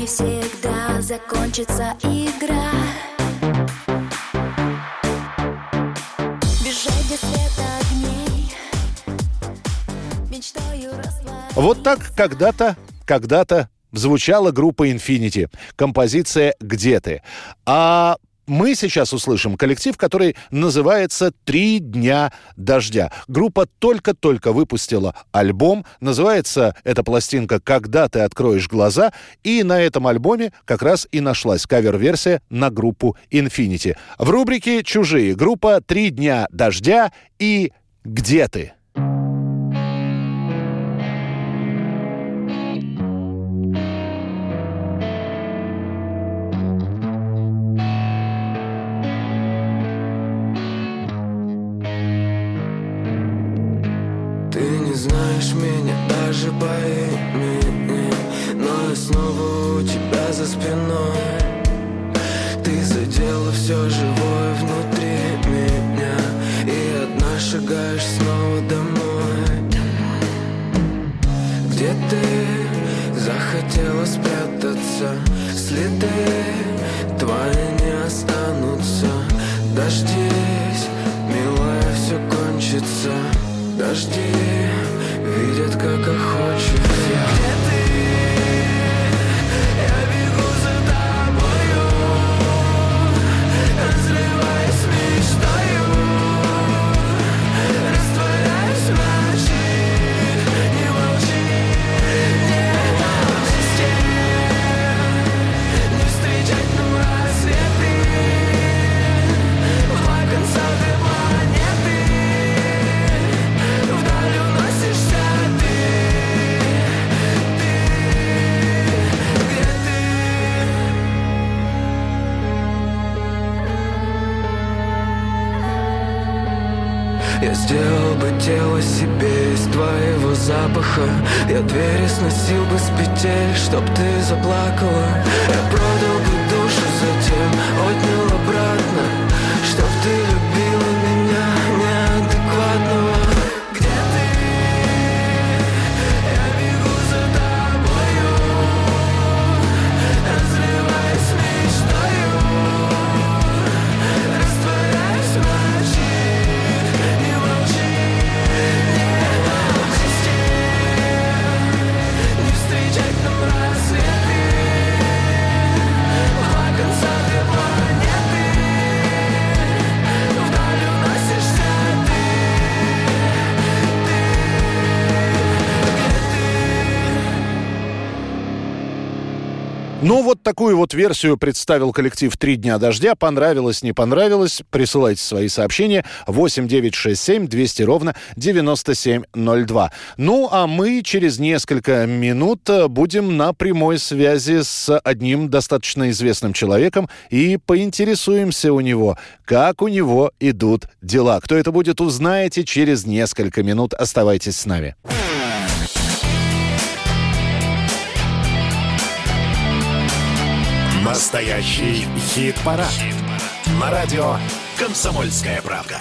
не всегда закончится игра. Бежать без света огней, мечтаю растворить. Вот так когда-то, когда-то звучала группа Infinity. Композиция «Где ты?». А мы сейчас услышим коллектив, который называется «Три дня дождя». Группа только-только выпустила альбом. Называется эта пластинка «Когда ты откроешь глаза». И на этом альбоме как раз и нашлась кавер-версия на группу Infinity. В рубрике «Чужие» группа «Три дня дождя» и «Где ты?». Ты не знаешь меня даже по имени, но я снова у тебя за спиной. Ты задела все живое внутри меня, и одна шагаешь снова домой. Где ты захотела спрятаться? Следы твои не останутся. Дождись, милая, все кончится. Дожди видят, как охочусь я. Где ты? Я бегу за тобою, разрываясь мечтою, растворяюсь в ночи. Не молчи, не молчи, не встречать нам рассветы. Два конца две планеты. Вдаль уносишься ты, ты, где ты? Я сделал бы тело себе из твоего запаха. Я двери сносил бы с петель, чтоб ты заплакала. Я продал бы душу, затем отнял обратно, чтоб ты любила меня неадекватного. Ну, вот такую вот версию представил коллектив «Три дня дождя». Понравилось, не понравилось? Присылайте свои сообщения. восемь девятьсот шестьдесят семь двести ровно девяносто семь ноль два. Ну, а мы через несколько минут будем на прямой связи с одним достаточно известным человеком и поинтересуемся у него, как у него идут дела. Кто это будет, узнаете через несколько минут. Оставайтесь с нами. Настоящий хит-парад. Хит-парад. На радио «Комсомольская правда».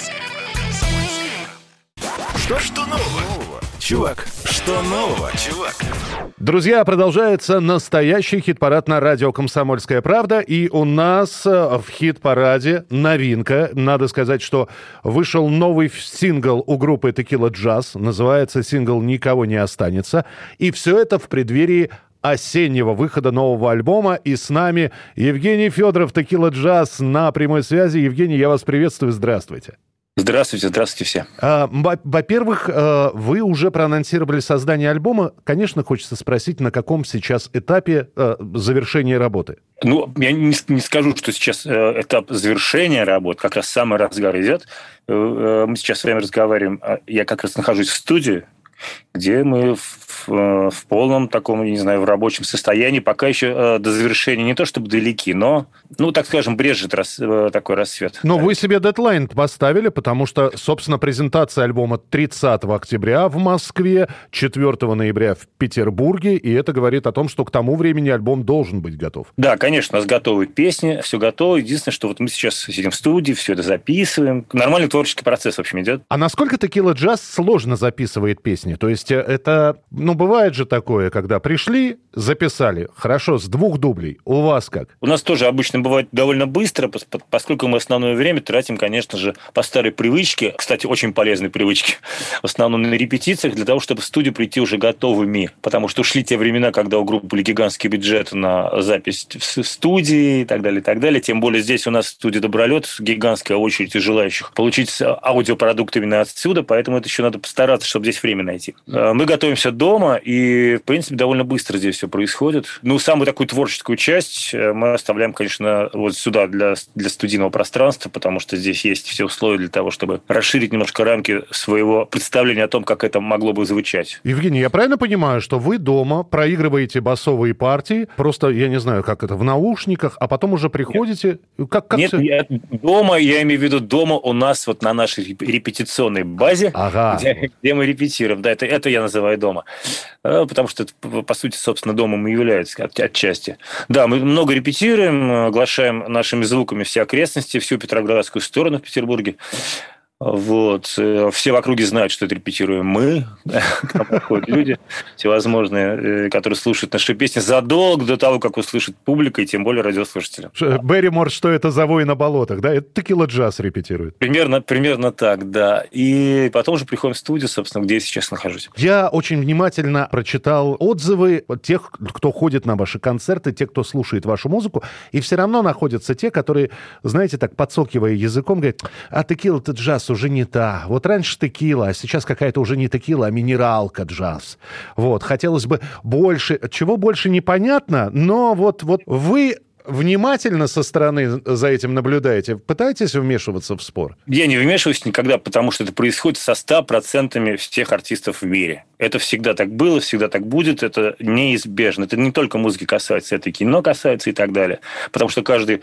Что, что нового, чувак? Что нового, чувак? Друзья, продолжается настоящий хит-парад на радио «Комсомольская правда». И у нас в хит-параде новинка. Надо сказать, что вышел новый сингл у группы Tequila Jazz. Называется сингл «Никого не останется». И все это в преддверии осеннего выхода нового альбома. И с нами Евгений Федоров, Tequila Jazz, на прямой связи. Евгений, я вас приветствую. Здравствуйте. Здравствуйте, здравствуйте все. А, во-первых, вы уже проанонсировали создание альбома. Конечно, хочется спросить, на каком сейчас этапе завершения работы? Ну, я не, не скажу, что сейчас этап завершения работы, как раз самый разгар идет. Мы сейчас с вами разговариваем. Я как раз нахожусь в студии, где мы в, в полном таком, не знаю, в рабочем состоянии. Пока еще до завершения не то чтобы далеки, но, ну, так скажем, брежет рас, такой рассвет. Но вы себе дедлайн поставили, потому что, собственно, презентация альбома тридцатого октября в Москве, четвёртого ноября в Петербурге, и это говорит о том, что к тому времени альбом должен быть готов. Да, конечно, у нас готовы песни, все готово. Единственное, что вот мы сейчас сидим в студии, все это записываем. Нормальный творческий процесс, в общем, идет. А насколько Tequila Jazz сложно записывает песни? То есть это, ну, ну, бывает же такое, когда пришли, записали. Хорошо, с двух дублей. У вас как? У нас тоже обычно бывает довольно быстро, поскольку мы основное время тратим, конечно же, по старой привычке, кстати, очень полезной привычке, в основном на репетициях, для того, чтобы в студию прийти уже готовыми. Потому что ушли те времена, когда у группы были гигантские бюджеты на запись в студии и так далее, и так далее. Тем более здесь у нас в студии «Добролет» гигантская очередь из желающих получить аудиопродукт именно отсюда, поэтому это еще надо постараться, чтобы здесь время найти. Мы готовимся дома, и, в принципе, довольно быстро здесь все происходит. Ну, самую такую творческую часть мы оставляем, конечно, вот сюда для, для студийного пространства, потому что здесь есть все условия для того, чтобы расширить немножко рамки своего представления о том, как это могло бы звучать. Евгений, я правильно понимаю, что вы дома проигрываете басовые партии, просто, я не знаю, как это, в наушниках, а потом уже приходите... Нет, как, как Нет все... я, дома, я имею в виду дома у нас вот на нашей репетиционной базе, ага. где, где мы репетируем. Да, это, это я называю дома. Потому что это, по сути, собственно, домом и является от, отчасти. Да, мы много репетируем, оглашаем нашими звуками все окрестности, всю Петроградскую сторону в Петербурге. Вот. Все в округе знают, что это репетируем мы. К нам приходят люди всевозможные, которые слушают наши песни задолго до того, как услышит публика, и тем более радиослушатели. Берримор, что это за вой на болотах, да? Это текила джаз репетирует. Примерно, примерно так, да. И потом уже приходим в студию, собственно, где я сейчас нахожусь. Я очень внимательно прочитал отзывы тех, кто ходит на ваши концерты, тех, кто слушает вашу музыку, и все равно находятся те, которые, знаете, так подсокивая языком, говорят, а текила-то джаз уже не та. Вот раньше текила, а сейчас какая-то уже не текила, а минералка джаз. Вот, хотелось бы больше... Чего больше непонятно, но вот, вот вы... внимательно со стороны за этим наблюдаете? Пытаетесь вмешиваться в спор? Я не вмешиваюсь никогда, потому что это происходит со ста процентами всех артистов в мире. Это всегда так было, всегда так будет, это неизбежно. Это не только музыки касается, это и кино касается и так далее. Потому что каждый,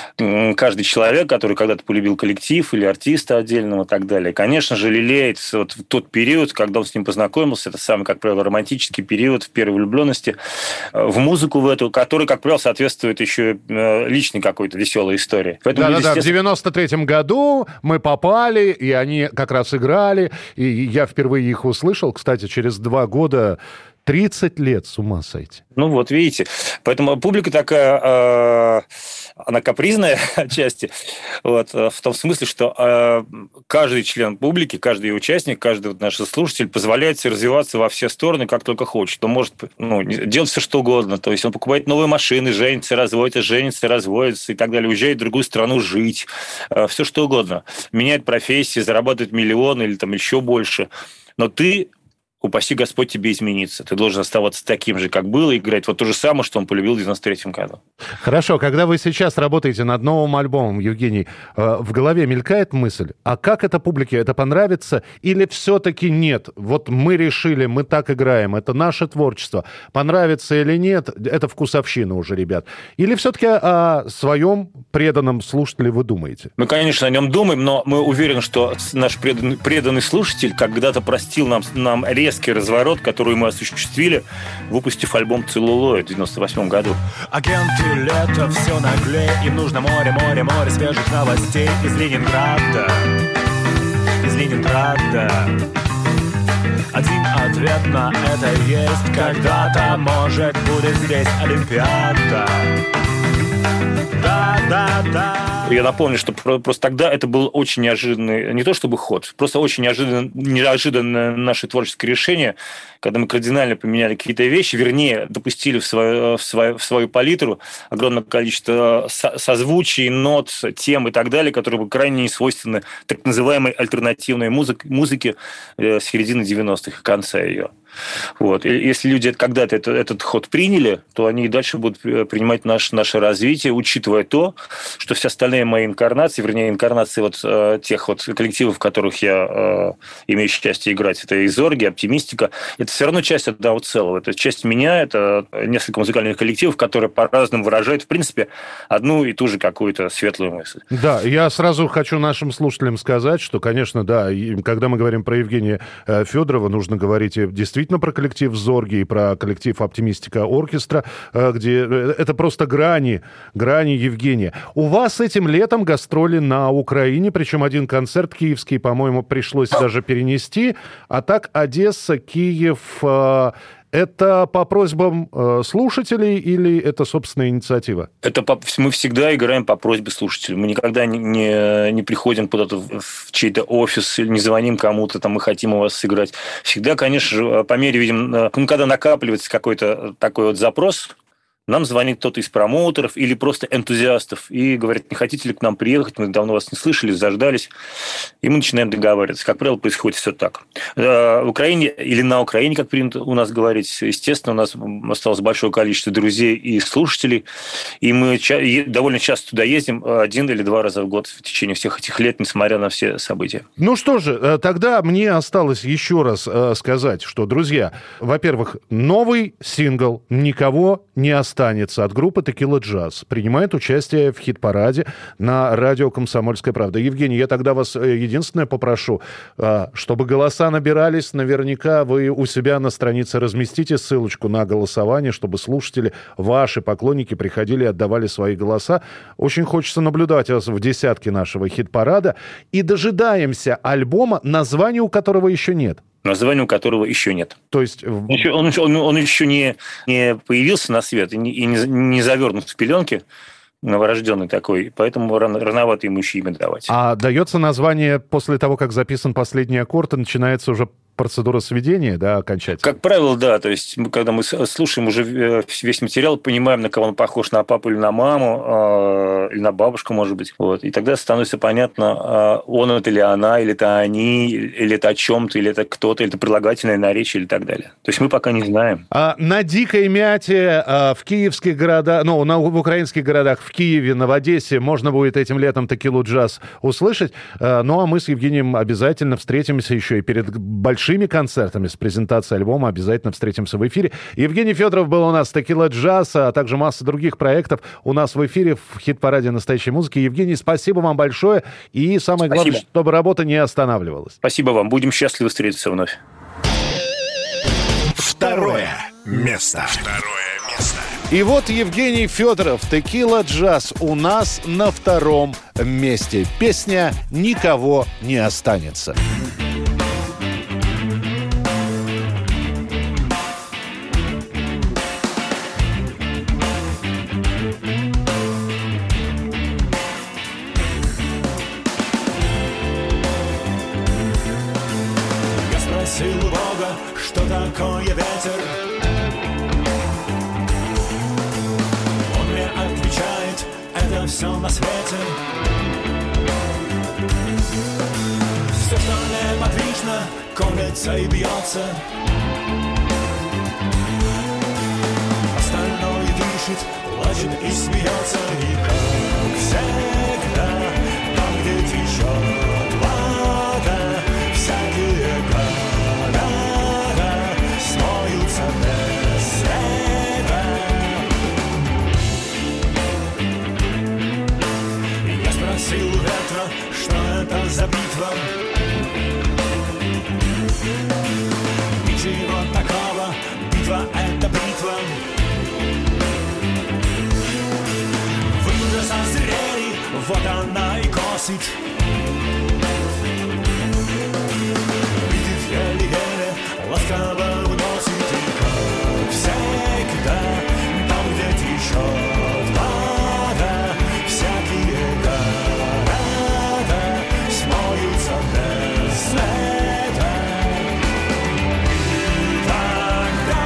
каждый человек, который когда-то полюбил коллектив или артиста отдельного и так далее, конечно же, лелеет вот в тот период, когда он с ним познакомился, это самый, как правило, романтический период в первой влюбленности, в музыку в эту, который, как правило, соответствует еще личной какой-то веселой истории. Да-да-да, естественно... в девяносто третьем году мы попали, и они как раз играли, и я впервые их услышал, кстати, через два года... тридцать лет, с ума сойти. Ну вот, видите. Поэтому публика такая, э, она капризная отчасти. Вот, в том смысле, что э, каждый член публики, каждый участник, каждый вот наш слушатель позволяет себе развиваться во все стороны, как только хочет. Он может ну, делать все, что угодно. То есть он покупает новые машины, женится, разводится, женится, разводится и так далее. Уезжает в другую страну жить. Э, все, что угодно. Меняет профессии, зарабатывает миллион или там еще больше. Но ты... упаси Господь тебе измениться. Ты должен оставаться таким же, как был, и играть вот то же самое, что он полюбил в девяносто третьем году. Хорошо, когда вы сейчас работаете над новым альбомом, Евгений, в голове мелькает мысль, а как это публике, это понравится, или все-таки нет? Вот мы решили, мы так играем, это наше творчество. Понравится или нет, это вкусовщина уже, ребят. Или все-таки о своем преданном слушателе вы думаете? Мы, конечно, о нем думаем, но мы уверены, что наш преданный, преданный слушатель когда-то простил нам, нам резко разворот, который мы осуществили, выпустив альбом «Целлулоид» в девяносто восьмом году. Агенты лето все наглее, им нужно море, море, море свежих новостей из Ленинграда, из Ленинграда. Один ответ на это есть: когда-то, может, будет здесь Олимпиада. Да, да, да. Я напомню, что просто тогда это был очень неожиданный, не то чтобы ход, просто очень неожиданное, неожиданное наше творческое решение, когда мы кардинально поменяли какие-то вещи, вернее, допустили в свою, в свою, в свою палитру огромное количество созвучий, нот, тем и так далее, которые были крайне не свойственны так называемой альтернативной музыке, музыке середины девяностых и конца ее. Вот. И если люди когда-то это, этот ход приняли, то они и дальше будут принимать наше, наше развитие, учитывая то, что все остальные мои инкарнации, вернее, инкарнации вот э, тех вот коллективов, в которых я э, имею счастье играть, это Изорги, Оптимистика, это все равно часть одного целого. Это часть меня, это несколько музыкальных коллективов, которые по-разному выражают, в принципе, одну и ту же какую-то светлую мысль. Да, я сразу хочу нашим слушателям сказать, что, конечно, да, когда мы говорим про Евгения Федорова, нужно говорить действительно про коллектив Зорги и про коллектив Оптимистика Оркестра, где это просто грани, грани Евгения. У вас этим летом гастроли на Украине, причем один концерт киевский, по-моему, пришлось даже перенести, а так Одесса, Киев, Это по просьбам э, слушателей или это собственная инициатива? Это по, мы всегда играем по просьбе слушателей. Мы никогда не, не, не приходим куда-то в, в чей-то офис или не звоним кому-то, там, мы хотим у вас сыграть. Всегда, конечно же, по мере, видим, ну, когда накапливается какой-то такой вот запрос, нам звонит кто-то из промоутеров или просто энтузиастов и говорит, не хотите ли к нам приехать, мы давно вас не слышали, заждались. И мы начинаем договариваться. Как правило, происходит все так. В Украине или на Украине, как принято у нас говорить, естественно, у нас осталось большое количество друзей и слушателей, и мы довольно часто туда ездим один или два раза в год в течение всех этих лет, несмотря на все события. Ну что же, тогда мне осталось еще раз сказать, что, друзья, во-первых, новый сингл «Никого не останется» от группы Tequila Jazz принимает участие в хит-параде на радио «Комсомольская правда». Евгений, я тогда вас единственное попрошу, чтобы голоса набирались, наверняка вы у себя на странице разместите ссылочку на голосование, чтобы слушатели, ваши поклонники приходили и отдавали свои голоса. Очень хочется наблюдать вас в десятке нашего хит-парада. И дожидаемся альбома, названия у которого еще нет. Названия у которого еще нет. То есть... Он, он, он, он еще не, не появился на свет и не, и не, не завернут в пеленки, новорожденный такой, поэтому рано, рановато ему еще имя давать. А дается название после того, как записан последний аккорд, и начинается уже процедура сведения, да, окончательно? Как правило, да. То есть, мы, когда мы слушаем уже весь материал, понимаем, на кого он похож, на папу или на маму, э, или на бабушку, может быть. Вот. И тогда становится понятно, э, он это или она, или это они, или это о чем-то, или это кто-то, или это прилагательное наречие, или так далее. То есть, мы пока не знаем. А на Дикой Мяте э, в киевских городах, ну, на, в украинских городах, в Киеве, в Одессе можно будет этим летом Tequila Jazz услышать. Э, ну, а мы с Евгением обязательно встретимся еще и перед большим большими концертами с презентацией альбома. Обязательно встретимся в эфире. Евгений Федоров был у нас в Tequila Jazz, а также масса других проектов у нас в эфире в хит-параде настоящей музыки. Евгений, спасибо вам большое. И самое спасибо. Главное, чтобы работа не останавливалась. Спасибо вам. Будем счастливы встретиться вновь. Второе место. Второе место. И вот Евгений Федоров, Tequila Jazz у нас на втором месте. Песня «Никого не останется». Спросил Бога, что такое ветер. Он мне отвечает, это все на свете. Все, что неподвижно, колется и бьется. Остальное дышит, плачет и смеется. И как всегда, там, где течет вода, всякие города смоются без света. Я спросил ветра, что это за битва. Ничего такого, битва — это бритва. Вы уже созрели, вот она и косит. Еле-еле ласково уносит. И как всегда, там, где течет вода, всякие города смоются без света. И тогда,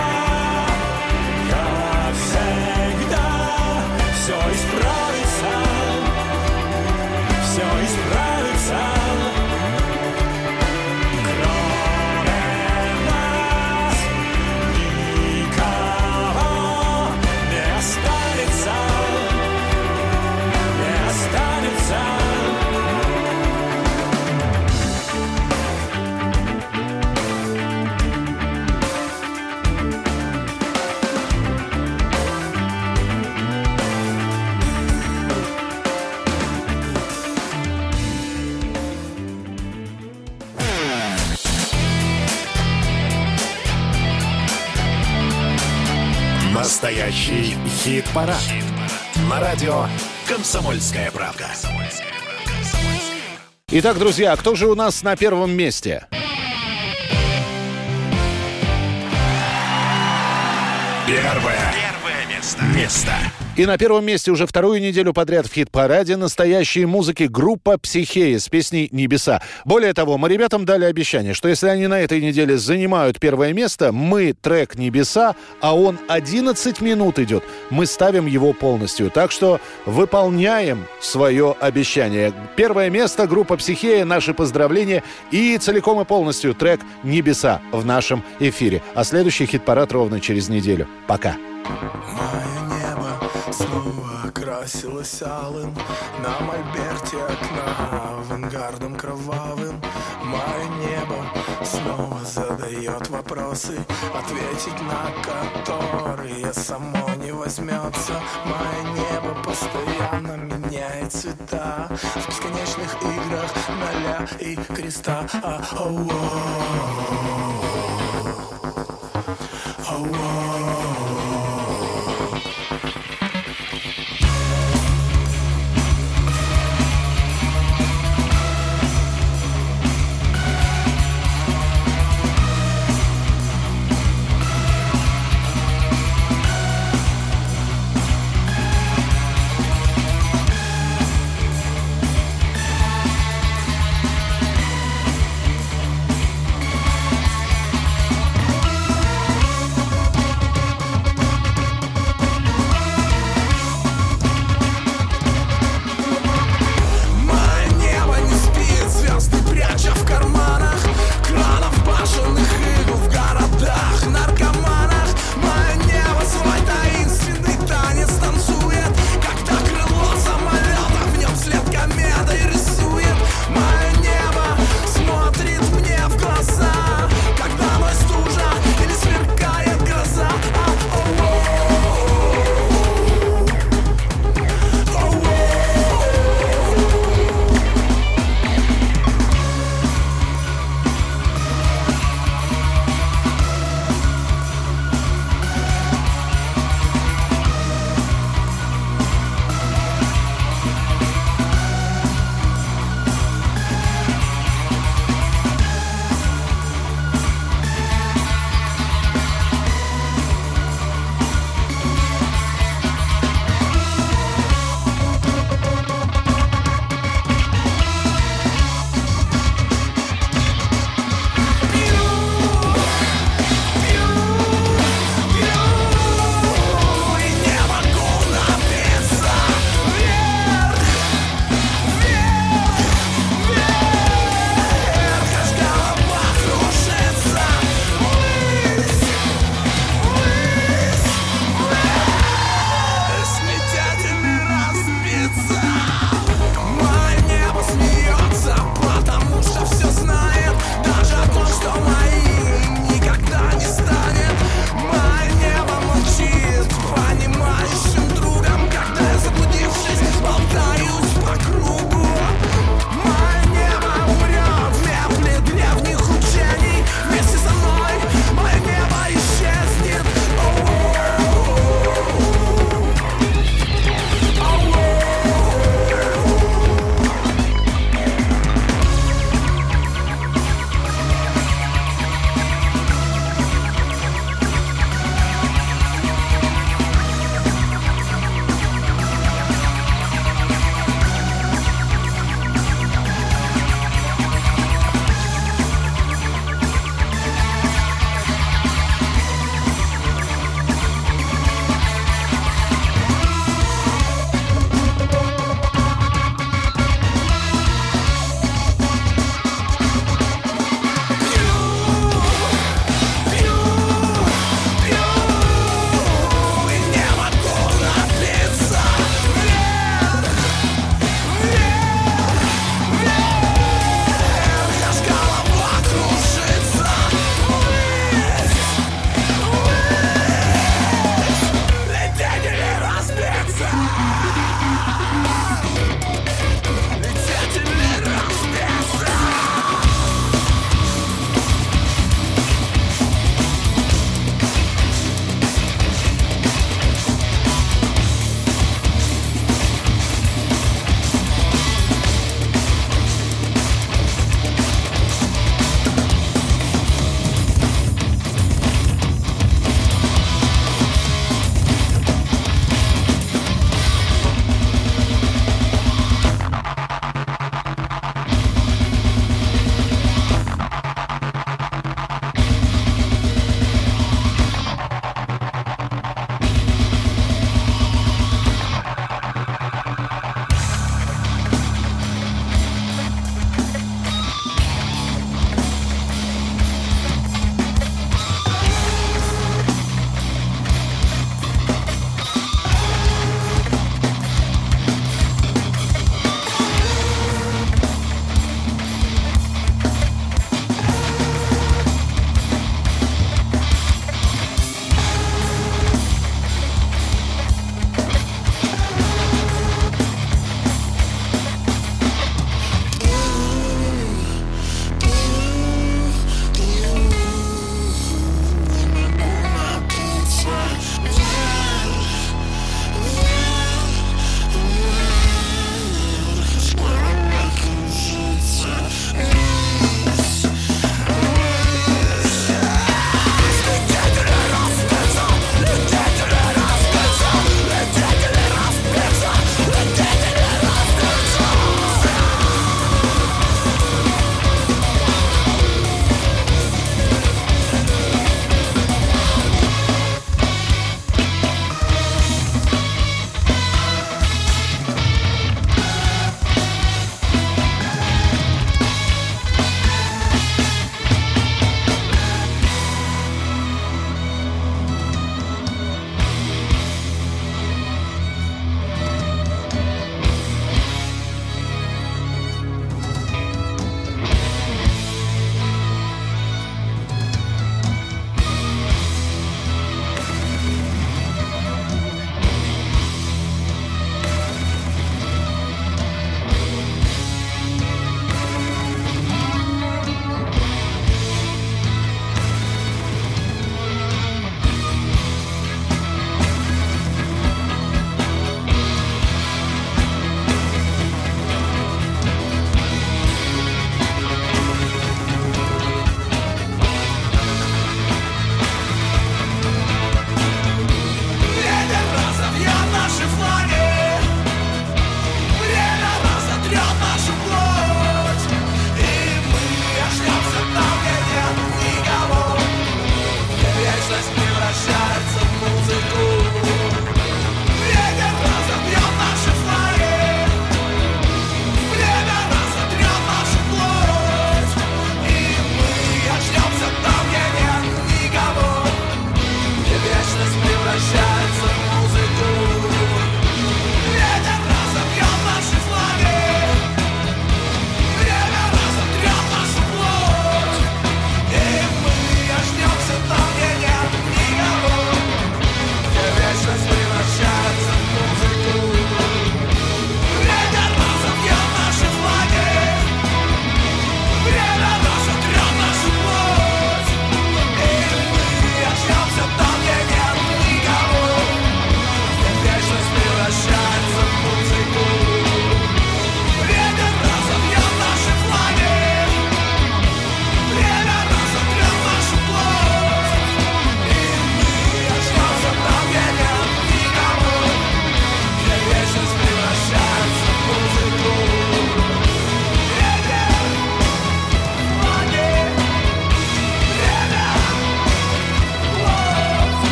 как всегда, все исправится, все исправится. Настоящий хит-парад. Хит на радио «Комсомольская правда». Итак, друзья, кто же у нас на первом месте? Первое. Первое место. Место. И на первом месте уже вторую неделю подряд в хит-параде настоящей музыки группа «Психея» с песней «Небеса». Более того, мы ребятам дали обещание, что если они на этой неделе занимают первое место, мы трек «Небеса», а он одиннадцать минут идет, мы ставим его полностью. Так что выполняем свое обещание. Первое место, группа «Психея», наши поздравления и целиком и полностью трек «Небеса» в нашем эфире. А следующий хит-парад ровно через неделю. Пока. Снова окрасилась алым на мольберте окна авангардом кровавым. Мое небо снова задает вопросы, ответить на которые само не возьмется. Мое небо постоянно меняет цвета в бесконечных играх ноля и креста. А, оу, оу, оу.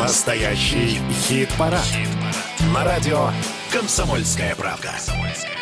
Настоящий хит-парад. На радио «Комсомольская правда».